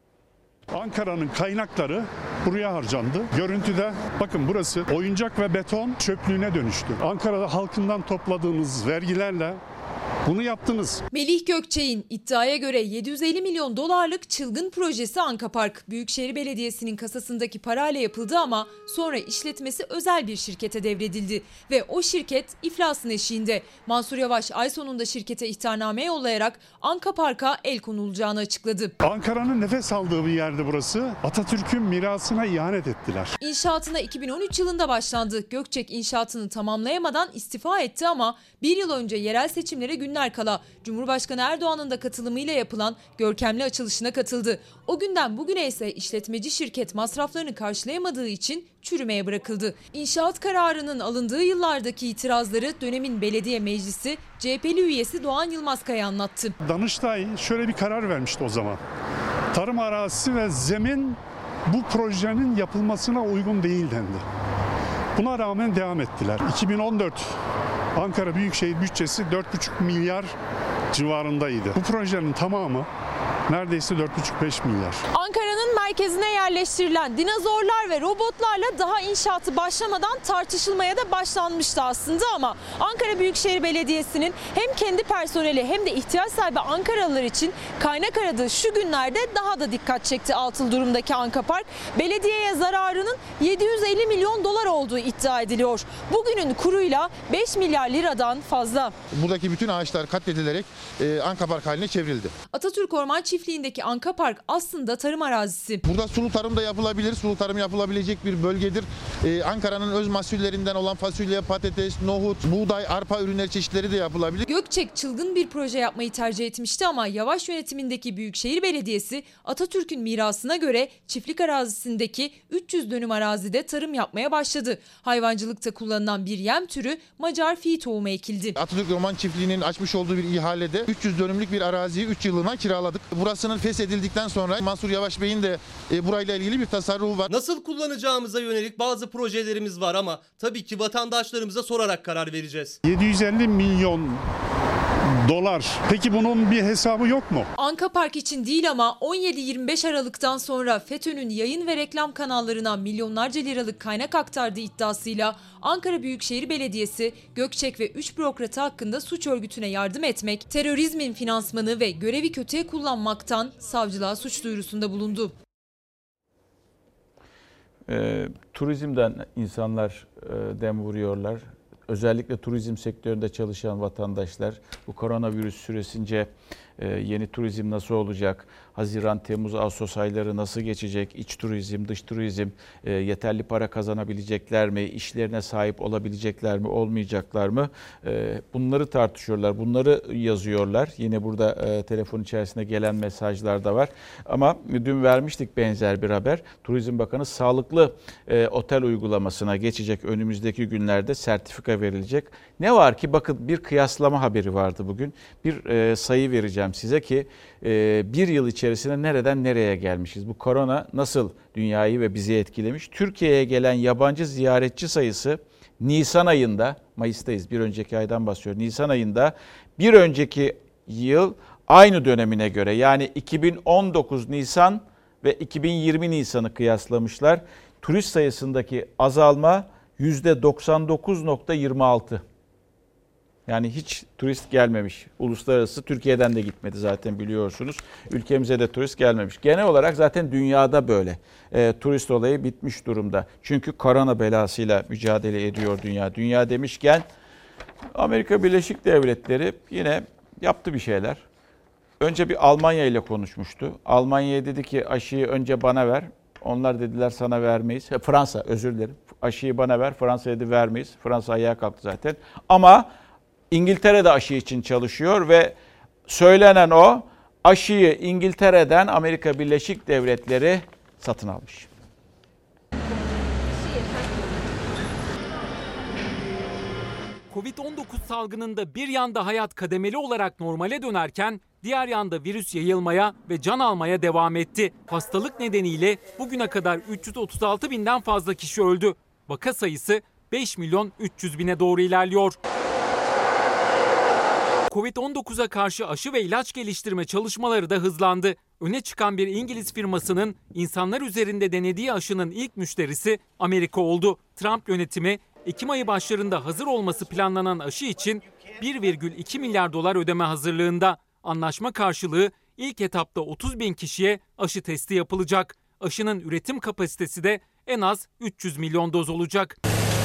Ankara'nın kaynakları buraya harcandı. Görüntüde bakın burası oyuncak ve beton çöplüğüne dönüştü. Ankara'da halkından topladığınız vergilerle bunu yaptınız. Melih Gökçek'in iddiaya göre yedi yüz elli milyon dolarlık çılgın projesi Anka Park, Büyükşehir Belediyesi'nin kasasındaki parayla yapıldı ama sonra işletmesi özel bir şirkete devredildi. Ve o şirket iflasın eşiğinde. Mansur Yavaş ay sonunda şirkete ihtarname yollayarak Anka Park'a el konulacağını açıkladı. Ankara'nın nefes aldığı bir yerdi burası. Atatürk'ün mirasına ihanet ettiler. İnşaatına iki bin on üç yılında başlandı. Gökçek inşaatını tamamlayamadan istifa etti ama bir yıl önce yerel seçimlere günler kala Cumhurbaşkanı Erdoğan'ın da katılımıyla yapılan görkemli açılışına katıldı. O günden bugüne ise işletmeci şirket masraflarını karşılayamadığı için çürümeye bırakıldı. İnşaat kararının alındığı yıllardaki itirazları dönemin belediye meclisi C H P'li üyesi Doğan Yılmazkaya anlattı. Danıştay şöyle bir karar vermişti o zaman. Tarım arazisi ve zemin bu projenin yapılmasına uygun değil dendi. Buna rağmen devam ettiler. iki bin on dört Ankara Büyükşehir bütçesi dört buçuk milyar civarındaydı. Bu projenin tamamı neredeyse dört buçuk beş milyar. Ankara'nın merkezine yerleştirilen dinozorlar ve robotlarla daha inşaatı başlamadan tartışılmaya da başlanmıştı aslında ama Ankara Büyükşehir Belediyesi'nin hem kendi personeli hem de ihtiyaç sahibi Ankaralılar için kaynak aradığı şu günlerde daha da dikkat çekti atıl durumdaki Anka Park. Belediyeye zararının yedi yüz elli milyon dolar olduğu iddia ediliyor. Bugünün kuruyla beş milyar liradan fazla. Buradaki bütün ağaçlar katledilerek e, Anka Park haline çevrildi. Atatürk Orman Çiftliği'ndeki Anka Park aslında tarım arazisi. Burada sulu tarım da yapılabilir. Sulu tarım yapılabilecek bir bölgedir. Ee, Ankara'nın öz mahsullerinden olan fasulye, patates, nohut, buğday, arpa ürünleri çeşitleri de yapılabilir. Gökçek çılgın bir proje yapmayı tercih etmişti ama Yavaş yönetimindeki Büyükşehir Belediyesi Atatürk'ün mirasına göre çiftlik arazisindeki üç yüz dönüm arazide tarım yapmaya başladı. Hayvancılıkta kullanılan bir yem türü Macar fi tohumu ekildi. Atatürk Orman Çiftliği'nin açmış olduğu bir ihalede üç yüz dönümlük bir araziyi üç yıllığına kiraladık. Burasının feshedildikten sonra Mansur Yavaş Bey'in de e, burayla ilgili bir tasarrufu var. Nasıl kullanacağımıza yönelik bazı projelerimiz var ama tabii ki vatandaşlarımıza sorarak karar vereceğiz. yedi yüz elli milyon dolar. Peki bunun bir hesabı yok mu? Anka Park için değil ama on yedi yirmi beş Aralık'tan sonra FETÖ'nün yayın ve reklam kanallarına milyonlarca liralık kaynak aktardığı iddiasıyla Ankara Büyükşehir Belediyesi, Gökçek ve üç bürokratı hakkında suç örgütüne yardım etmek, terörizmin finansmanı ve görevi kötüye kullanmaktan savcılığa suç duyurusunda bulundu. E, turizmden insanlar e, dem vuruyorlar. Özellikle turizm sektöründe çalışan vatandaşlar bu koronavirüs süresince e, yeni turizm nasıl olacak? Haziran, Temmuz, Ağustos ayları nasıl geçecek? İç turizm, dış turizm e, yeterli para kazanabilecekler mi? İşlerine sahip olabilecekler mi? Olmayacaklar mı? E, bunları tartışıyorlar. Bunları yazıyorlar. Yine burada e, telefon içerisinde gelen mesajlar da var. Ama dün vermiştik benzer bir haber. Turizm Bakanı sağlıklı e, otel uygulamasına geçecek. Önümüzdeki günlerde sertifika verilecek. Ne var ki bakın bir kıyaslama haberi vardı bugün. Bir e, sayı vereceğim size ki e, bir yıl içerisinde nereden nereye gelmişiz? Bu korona nasıl dünyayı ve bizi etkilemiş? Türkiye'ye gelen yabancı ziyaretçi sayısı Nisan ayında, Mayıs'tayız bir önceki aydan bahsediyorum. Nisan ayında bir önceki yıl aynı dönemine göre yani iki bin on dokuz Nisan ve iki bin yirmi Nisan'ı kıyaslamışlar. Turist sayısındaki azalma yüzde doksan dokuz virgül yirmi altı. Yani hiç turist gelmemiş. Uluslararası Türkiye'den de gitmedi zaten biliyorsunuz. Ülkemize de turist gelmemiş. Genel olarak zaten dünyada böyle. E, turist olayı bitmiş durumda. Çünkü korona belasıyla mücadele ediyor dünya. Dünya demişken Amerika Birleşik Devletleri yine yaptı bir şeyler. Önce bir Almanya ile konuşmuştu. Almanya'ya dedi ki aşıyı önce bana ver. Onlar dediler sana vermeyiz. Fransa özür dilerim. Aşıyı bana ver. Fransa dedi vermeyiz. Fransa ayağa kalktı zaten. Ama İngiltere de aşı için çalışıyor ve söylenen o, aşıyı İngiltere'den Amerika Birleşik Devletleri satın almış. kovid on dokuz salgınında bir yanda hayat kademeli olarak normale dönerken diğer yanda virüs yayılmaya ve can almaya devam etti. Hastalık nedeniyle bugüne kadar üç yüz otuz altı binden fazla kişi öldü. Vaka sayısı beş milyon üç yüz bine doğru ilerliyor. kovid on dokuza karşı aşı ve ilaç geliştirme çalışmaları da hızlandı. Öne çıkan bir İngiliz firmasının insanlar üzerinde denediği aşının ilk müşterisi Amerika oldu. Trump yönetimi Ekim ayı başlarında hazır olması planlanan aşı için bir virgül iki milyar dolar ödeme hazırlığında. Anlaşma karşılığı ilk etapta otuz bin kişiye aşı testi yapılacak. Aşının üretim kapasitesi de en az üç yüz milyon doz olacak.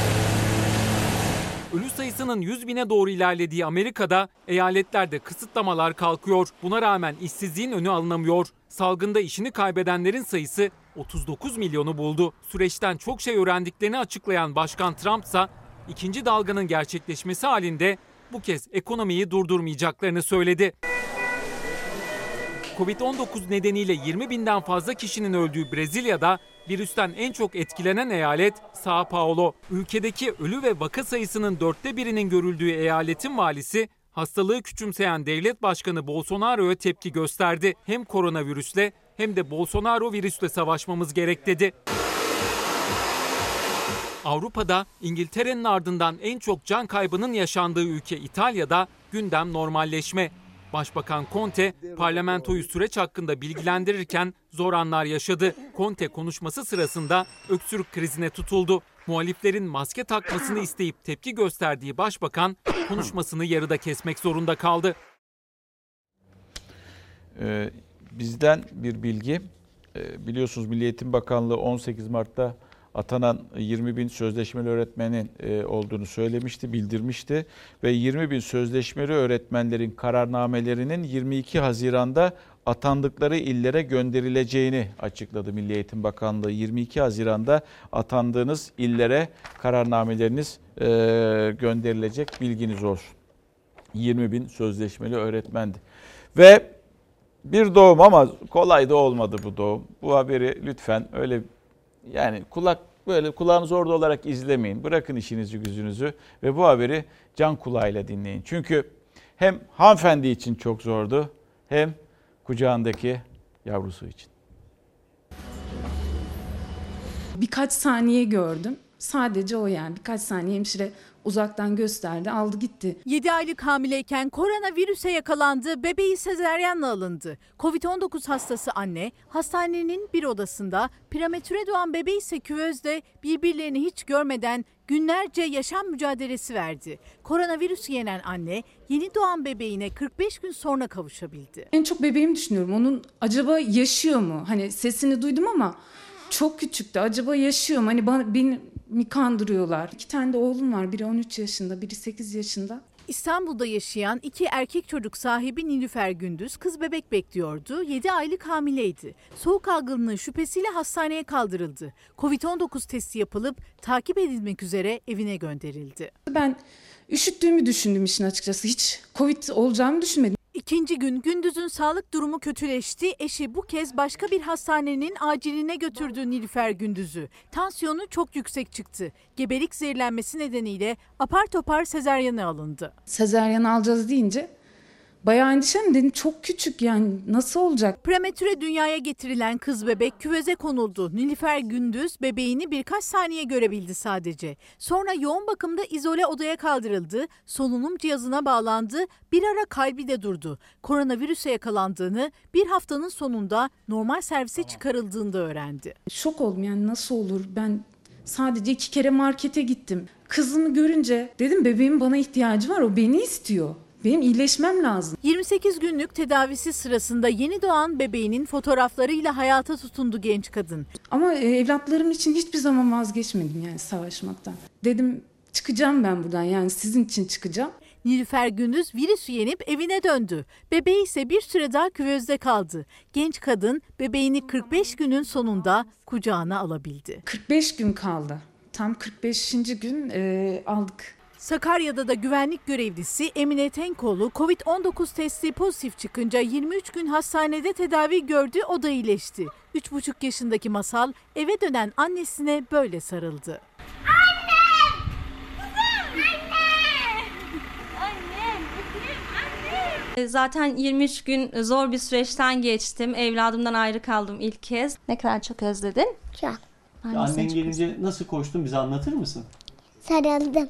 Ölü sayısının yüz bine doğru ilerlediği Amerika'da eyaletlerde kısıtlamalar kalkıyor. Buna rağmen işsizliğin önü alınamıyor. Salgında işini kaybedenlerin sayısı otuz dokuz milyonu buldu. Süreçten çok şey öğrendiklerini açıklayan Başkan Trump ise ikinci dalganın gerçekleşmesi halinde bu kez ekonomiyi durdurmayacaklarını söyledi. kovid on dokuz nedeniyle yirmi binden fazla kişinin öldüğü Brezilya'da virüsten en çok etkilenen eyalet São Paulo. Ülkedeki ölü ve vaka sayısının dörtte birinin görüldüğü eyaletin valisi hastalığı küçümseyen devlet başkanı Bolsonaro'ya tepki gösterdi. Hem koronavirüsle hem de Bolsonaro virüsle savaşmamız gerek dedi. Avrupa'da İngiltere'nin ardından en çok can kaybının yaşandığı ülke İtalya'da gündem normalleşme. Başbakan Conte parlamentoyu süreç hakkında bilgilendirirken zor anlar yaşadı. Conte konuşması sırasında öksürük krizine tutuldu. Muhaliflerin maske takmasını isteyip tepki gösterdiği başbakan konuşmasını yarıda kesmek zorunda kaldı. Ee, bizden bir bilgi. Ee, biliyorsunuz Milli Eğitim Bakanlığı on sekiz Mart'ta atanan yirmi bin sözleşmeli öğretmenin olduğunu söylemişti, bildirmişti. Ve yirmi bin sözleşmeli öğretmenlerin kararnamelerinin yirmi iki Haziran'da atandıkları illere gönderileceğini açıkladı Milli Eğitim Bakanlığı. yirmi iki Haziran'da atandığınız illere kararnameleriniz gönderilecek, bilginiz olsun. yirmi bin sözleşmeli öğretmendi. Ve bir doğum ama kolay da olmadı bu doğum. Bu haberi lütfen öyle yani kulak böyle kulağınız orada olarak izlemeyin. Bırakın işinizi gücünüzü ve bu haberi can kulağıyla dinleyin. Çünkü hem hanımefendi için çok zordu hem kucağındaki yavrusu için. Birkaç saniye gördüm. Sadece o yani birkaç saniye hemşire uzaktan gösterdi, aldı gitti. yedi aylık hamileyken koronavirüse yakalandı, bebeği sezaryenle alındı. kovid on dokuz hastası anne hastanenin bir odasında, prematüre doğan bebeği ise küvezde birbirlerini hiç görmeden günlerce yaşam mücadelesi verdi. Koronavirüsü yenen anne yeni doğan bebeğine kırk beş gün sonra kavuşabildi. En çok bebeğimi düşünüyorum. Onun acaba yaşıyor mu? Hani sesini duydum ama çok küçüktü. Acaba yaşıyor mu? Hani bana, beni mi kandırıyorlar? İki tane de oğlum var. Biri on üç yaşında, biri sekiz yaşında. İstanbul'da yaşayan iki erkek çocuk sahibi Nilüfer Gündüz kız bebek bekliyordu. yedi aylık hamileydi. Soğuk algınlığı şüphesiyle hastaneye kaldırıldı. kovid on dokuz testi yapılıp takip edilmek üzere evine gönderildi. Ben üşüttüğümü düşündüm işin açıkçası. Hiç Covid olacağımı düşünmedim. İkinci gün Gündüz'ün sağlık durumu kötüleşti. Eşi bu kez başka bir hastanenin aciline götürdü Nilüfer Gündüz'ü. Tansiyonu çok yüksek çıktı. Gebelik zehirlenmesi nedeniyle apar topar sezaryene alındı. Sezaryen alacağız deyince Bayağı endişem, dedim çok küçük, yani nasıl olacak? Prematüre dünyaya getirilen kız bebek küveze konuldu. Nilüfer Gündüz bebeğini birkaç saniye görebildi sadece. Sonra yoğun bakımda izole odaya kaldırıldı, solunum cihazına bağlandı, bir ara kalbi de durdu. Koronavirüse yakalandığını, bir haftanın sonunda normal servise çıkarıldığında öğrendi. Şok oldum, yani nasıl olur? Ben sadece iki kere markete gittim. Kızımı görünce dedim bebeğimin bana ihtiyacı var, o beni istiyor. Benim iyileşmem lazım. yirmi sekiz günlük tedavisi sırasında yeni doğan bebeğinin fotoğraflarıyla hayata tutundu genç kadın. Ama evlatlarım için hiçbir zaman vazgeçmedim yani savaşmaktan. Dedim çıkacağım ben buradan, yani sizin için çıkacağım. Nilüfer Gündüz virüsü yenip evine döndü. Bebeği ise bir süre daha küvezde kaldı. Genç kadın bebeğini kırk beş günün sonunda kucağına alabildi. kırk beş gün kaldı. Tam kırk beşinci gün e, aldık. Sakarya'da da güvenlik görevlisi Emine Tenkoğlu kovid on dokuz testi pozitif çıkınca yirmi üç gün hastanede tedavi gördü, o da iyileşti. üç buçuk yaşındaki Masal eve dönen annesine böyle sarıldı. Zaten yirmi üç gün zor bir süreçten geçtim. Evladımdan ayrı kaldım ilk kez. Ne kadar çok özledin? Çok. Annen gelince nasıl koştun, bize anlatır mısın? Sarıldım.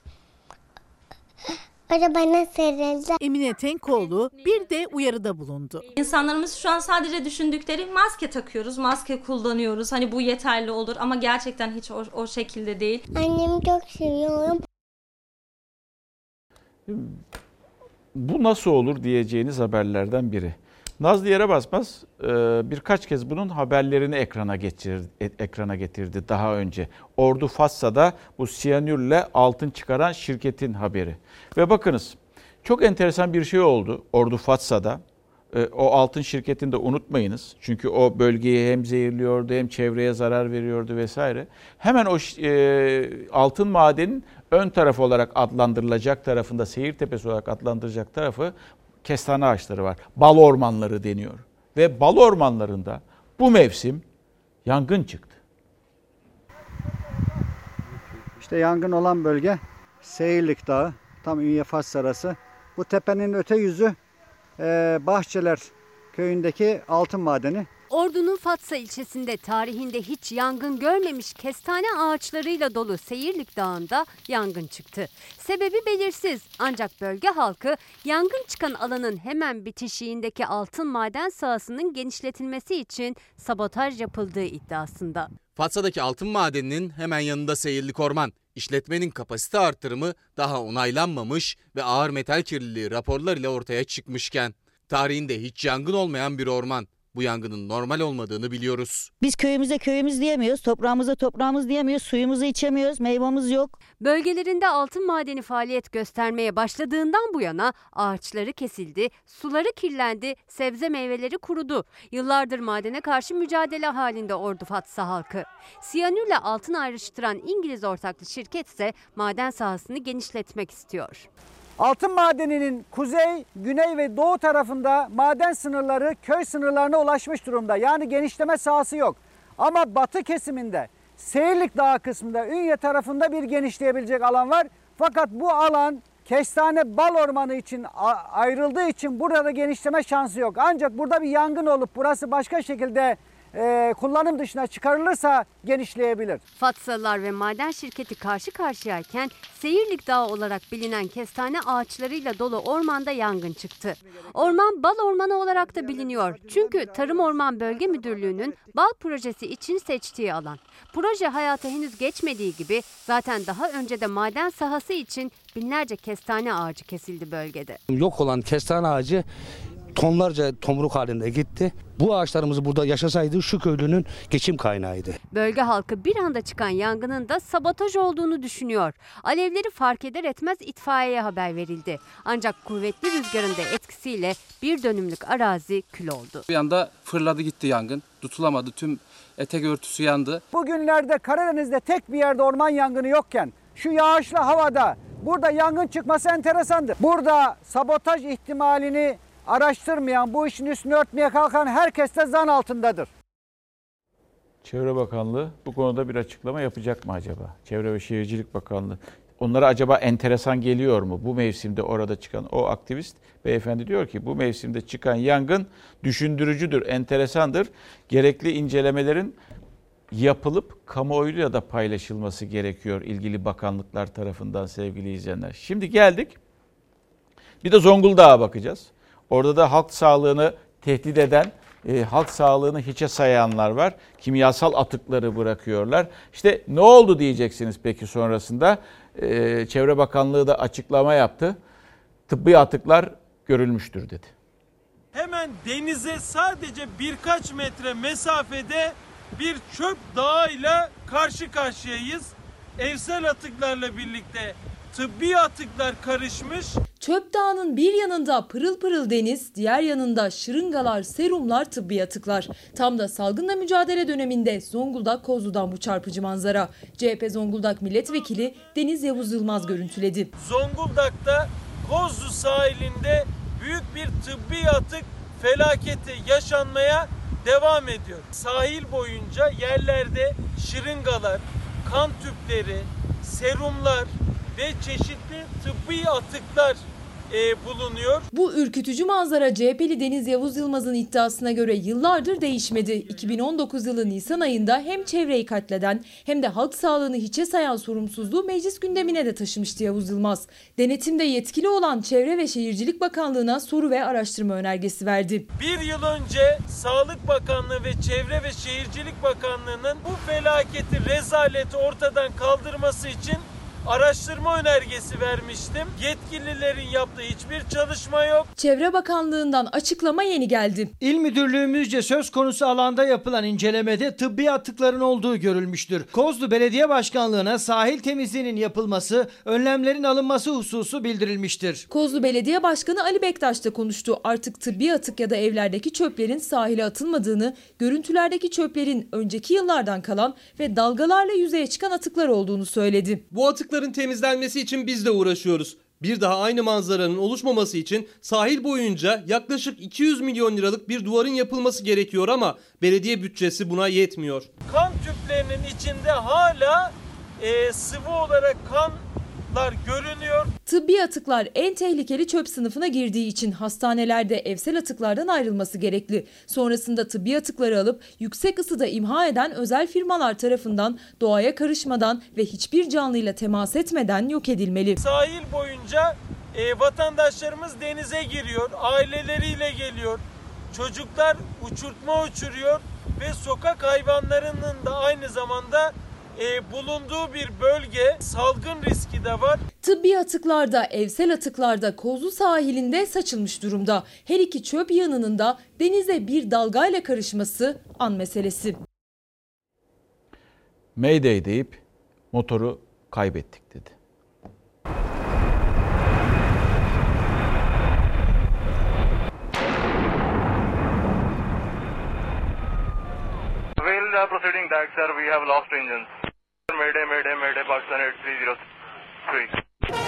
O da bana sarıldı. Emine Tenkoğlu bir de uyarıda bulundu. İnsanlarımız şu an sadece düşündükleri maske takıyoruz, maske kullanıyoruz. Hani bu yeterli olur ama gerçekten hiç o, o şekilde değil. Annemi çok seviyorum. Bu nasıl olur diyeceğiniz haberlerden biri. Nazlı yere basmaz birkaç kez bunun haberlerini ekrana getirdi, ekrana getirdi daha önce. Ordu Fatsa'da bu siyanürle altın çıkaran şirketin haberi. Ve bakınız çok enteresan bir şey oldu Ordu Fatsa'da. O altın şirketini de unutmayınız. Çünkü o bölgeyi hem zehirliyordu hem çevreye zarar veriyordu vesaire. Hemen o e, altın madenin ön tarafı olarak adlandırılacak tarafında, Seyirtepesi olarak adlandırılacak tarafı kestane ağaçları var. Bal ormanları deniyor. Ve bal ormanlarında bu mevsim yangın çıktı. İşte yangın olan bölge Seyirlik Dağı, tam Ünye-Fas arası. Bu tepenin öte yüzü e, Bahçeler köyündeki altın madeni. Ordu'nun Fatsa ilçesinde tarihinde hiç yangın görmemiş kestane ağaçlarıyla dolu Seyirlik Dağı'nda yangın çıktı. Sebebi belirsiz, ancak bölge halkı yangın çıkan alanın hemen bitişiğindeki altın maden sahasının genişletilmesi için sabotaj yapıldığı iddiasında. Fatsa'daki altın madeninin hemen yanında Seyirlik Orman. İşletmenin kapasite artırımı daha onaylanmamış ve ağır metal kirliliği raporlar ile ortaya çıkmışken tarihinde hiç yangın olmayan bir orman. Bu yangının normal olmadığını biliyoruz. Biz köyümüze köyümüz diyemiyoruz, toprağımıza toprağımız diyemiyoruz, suyumuzu içemiyoruz, meyvamız yok. Bölgelerinde altın madeni faaliyet göstermeye başladığından bu yana ağaçları kesildi, suları kirlendi, sebze meyveleri kurudu. Yıllardır madene karşı mücadele halinde Ordu Fatsa halkı. Siyanürle altın ayrıştıran İngiliz ortaklı şirket ise maden sahasını genişletmek istiyor. Altın madeninin kuzey, güney ve doğu tarafında maden sınırları köy sınırlarına ulaşmış durumda. Yani genişleme sahası yok. Ama batı kesiminde, Seyirlik Dağı kısmında, Ünye tarafında bir genişleyebilecek alan var. Fakat bu alan kestane bal ormanı için ayrıldığı için burada genişleme şansı yok. Ancak burada bir yangın olup burası başka şekilde e, kullanım dışına çıkarılırsa genişleyebilir. Fatsalılar ve maden şirketi karşı karşıyayken Seyirlik Dağı olarak bilinen kestane ağaçlarıyla dolu ormanda yangın çıktı. Orman bal ormanı olarak da biliniyor. Çünkü Tarım Orman Bölge Müdürlüğü'nün bal projesi için seçtiği alan. Proje hayata henüz geçmediği gibi zaten daha önce de maden sahası için binlerce kestane ağacı kesildi bölgede. Yok olan kestane ağacı tonlarca tomruk halinde gitti. Bu ağaçlarımız burada yaşasaydı şu köylünün geçim kaynağıydı. Bölge halkı bir anda çıkan yangının da sabotaj olduğunu düşünüyor. Alevleri fark eder etmez itfaiyeye haber verildi. Ancak kuvvetli rüzgarın da etkisiyle bir dönümlük arazi kül oldu. Bir anda fırladı gitti yangın. Tutulamadı, tüm etek örtüsü yandı. Bugünlerde Karadeniz'de tek bir yerde orman yangını yokken şu yağışlı havada burada yangın çıkması enteresandır. Burada sabotaj ihtimalini araştırmayan, bu işin üstünü örtmeye kalkan herkes de zan altındadır. Çevre Bakanlığı bu konuda bir açıklama yapacak mı acaba? Çevre ve Şehircilik Bakanlığı. onlara acaba enteresan geliyor mu? Bu mevsimde orada çıkan o aktivist beyefendi diyor ki bu mevsimde çıkan yangın düşündürücüdür, enteresandır. Gerekli incelemelerin yapılıp kamuoyuyla da paylaşılması gerekiyor ilgili bakanlıklar tarafından sevgili izleyenler. Şimdi geldik. Bir de Zonguldak'a bakacağız. Orada da halk sağlığını tehdit eden, e, halk sağlığını hiçe sayanlar var. Kimyasal atıkları bırakıyorlar. İşte ne oldu diyeceksiniz peki sonrasında. E, Çevre Bakanlığı da açıklama yaptı. Tıbbi atıklar görülmüştür dedi. Hemen denize sadece birkaç metre mesafede bir çöp dağıyla karşı karşıyayız. Evsel atıklarla birlikte tıbbi atıklar karışmış. Çöp dağının bir yanında pırıl pırıl deniz, diğer yanında şırıngalar, serumlar, tıbbi atıklar. Tam da salgınla mücadele döneminde Zonguldak Kozlu'dan bu çarpıcı manzara. C H P Zonguldak Milletvekili Deniz Yavuz Yılmaz görüntüledi. Zonguldak'ta Kozlu sahilinde büyük bir tıbbi atık felaketi yaşanmaya devam ediyor. Sahil boyunca yerlerde şırıngalar, kan tüpleri, serumlar ve çeşitli tıbbi atıklar e, bulunuyor. Bu ürkütücü manzara C H P'li Deniz Yavuz Yılmaz'ın iddiasına göre yıllardır değişmedi. iki bin on dokuz yılı Nisan ayında hem çevreyi katleden hem de halk sağlığını hiçe sayan sorumsuzluğu meclis gündemine de taşımıştı Yavuz Yılmaz. Denetimde yetkili olan Çevre ve Şehircilik Bakanlığı'na soru ve araştırma önergesi verdi. Bir yıl önce Sağlık Bakanlığı ve Çevre ve Şehircilik Bakanlığı'nın bu felaketi, rezaleti ortadan kaldırması için araştırma önergesi vermiştim. Yetkililerin yaptığı hiçbir çalışma yok. Çevre Bakanlığı'ndan açıklama yeni geldi. İl Müdürlüğümüzce söz konusu alanda yapılan incelemede tıbbi atıkların olduğu görülmüştür. Kozlu Belediye Başkanlığı'na sahil temizliğinin yapılması, önlemlerin alınması hususu bildirilmiştir. Kozlu Belediye Başkanı Ali Bektaş da konuştu. Artık tıbbi atık ya da evlerdeki çöplerin sahile atılmadığını, görüntülerdeki çöplerin önceki yıllardan kalan ve dalgalarla yüzeye çıkan atıklar olduğunu söyledi. Bu atık temizlenmesi için biz de uğraşıyoruz. Bir daha aynı manzaranın oluşmaması için sahil boyunca yaklaşık iki yüz milyon liralık bir duvarın yapılması gerekiyor ama belediye bütçesi buna yetmiyor. Kan tüplerinin içinde hala e, sıvı olarak kanlar görünüyor. Tıbbi atıklar en tehlikeli çöp sınıfına girdiği için hastanelerde evsel atıklardan ayrılması gerekli. Sonrasında tıbbi atıkları alıp yüksek ısıda imha eden özel firmalar tarafından doğaya karışmadan ve hiçbir canlıyla temas etmeden yok edilmeli. Sahil boyunca e, vatandaşlarımız denize giriyor, aileleriyle geliyor. Çocuklar uçurtma uçuruyor ve sokak hayvanlarının da aynı zamanda E, bulunduğu bir bölge, salgın riski de var. Tıbbi atıklarda, evsel atıklarda Kozlu sahilinde saçılmış durumda. Her iki çöp yığınının da denize bir dalgayla karışması an meselesi. Mayday deyip motoru kaybettik dedi. While uh, proceeding that, sir, we have lost engines. Mayday, mayday, mayday, Pakistan eight three zero three.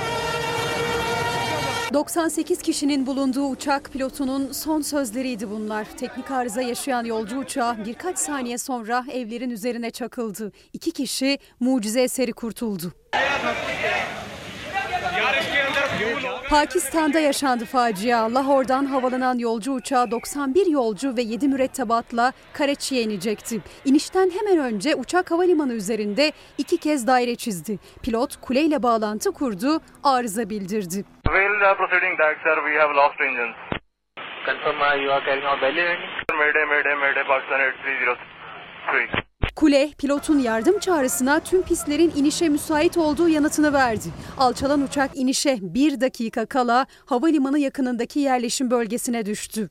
doksan sekiz kişinin bulunduğu uçak pilotunun son sözleriydi bunlar. Teknik arıza yaşayan yolcu uçağı birkaç saniye sonra evlerin üzerine çakıldı. İki kişi mucize eseri kurtuldu. Pakistan'da yaşandı facia. Lahor'dan havalanan yolcu uçağı doksan bir yolcu ve yedi mürettebatla Karachi'ye inecekti. İnişten hemen önce uçak havalimanı üzerinde iki kez daire çizdi. Pilot kuleyle bağlantı kurdu, arıza bildirdi. While uh, proceeding that, sir, we have lost engines. Confirm uh, you are carrying out belly landing. Mayday, mayday, mayday, Pakistan eight three zero three. Kule, pilotun yardım çağrısına tüm pistlerin inişe müsait olduğu yanıtını verdi. Alçalan uçak inişe bir dakika kala havalimanı yakınındaki yerleşim bölgesine düştü.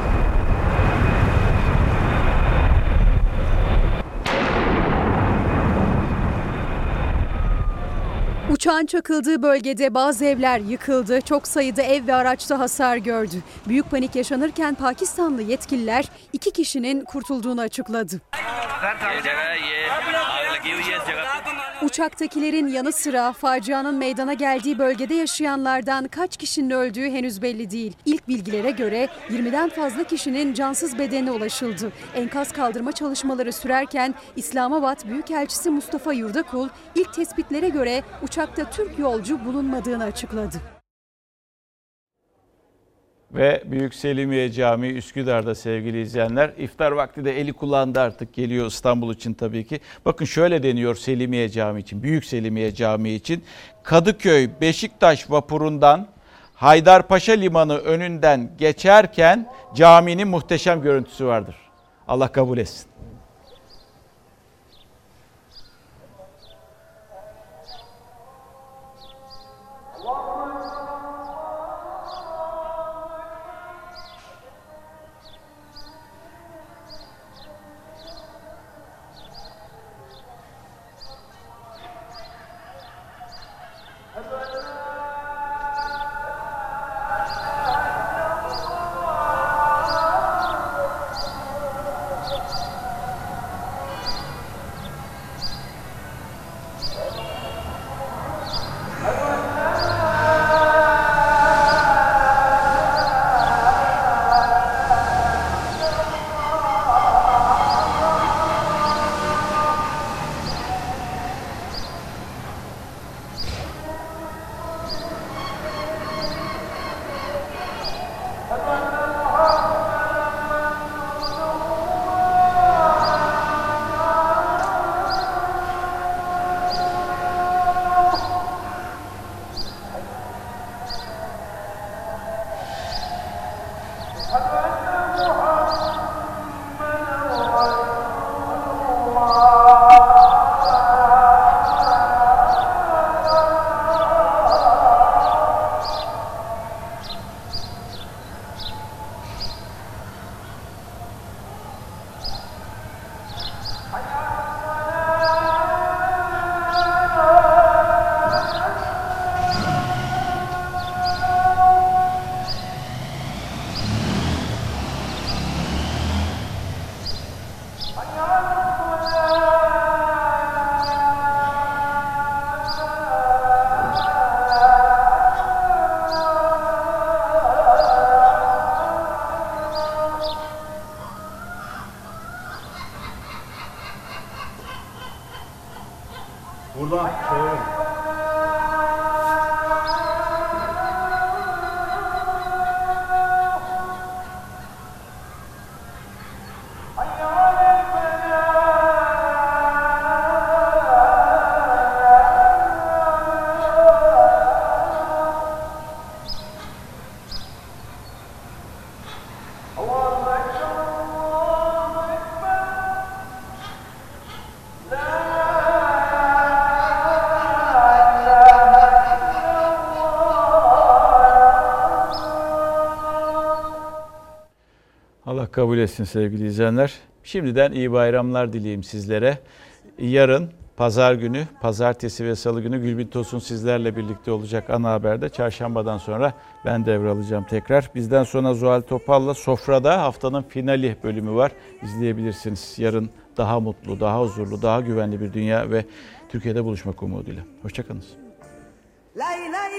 Uçağın çakıldığı bölgede bazı evler yıkıldı, çok sayıda ev ve araçta hasar gördü. Büyük panik yaşanırken Pakistanlı yetkililer iki kişinin kurtulduğunu açıkladı. Uçaktakilerin yanı sıra facianın meydana geldiği bölgede yaşayanlardan kaç kişinin öldüğü henüz belli değil. İlk bilgilere göre yirmiden fazla kişinin cansız bedenine ulaşıldı. Enkaz kaldırma çalışmaları sürerken İslamabad Büyükelçisi Mustafa Yurdakul ilk tespitlere göre uçakta Türk yolcu bulunmadığını açıkladı. Ve Büyük Selimiye Camii Üsküdar'da sevgili izleyenler. İftar vakti de eli kulağında artık geliyor İstanbul için tabii ki. Bakın şöyle deniyor Selimiye Camii için, Büyük Selimiye Camii için. Kadıköy Beşiktaş vapurundan Haydarpaşa Limanı önünden geçerken caminin muhteşem görüntüsü vardır. Allah kabul etsin. Buradan şöyle. Allah kabul etsin sevgili izleyenler. Şimdiden iyi bayramlar dileyeyim sizlere. Yarın pazar günü, pazartesi ve salı günü Gülbin Tosun sizlerle birlikte olacak Ana Haber'de. Çarşambadan sonra ben devralacağım tekrar. Bizden sonra Zuhal Topal'la Sofra'da haftanın finali bölümü var. İzleyebilirsiniz. Yarın daha mutlu, daha huzurlu, daha güvenli bir dünya ve Türkiye'de buluşmak umuduyla. Hoşça kalın.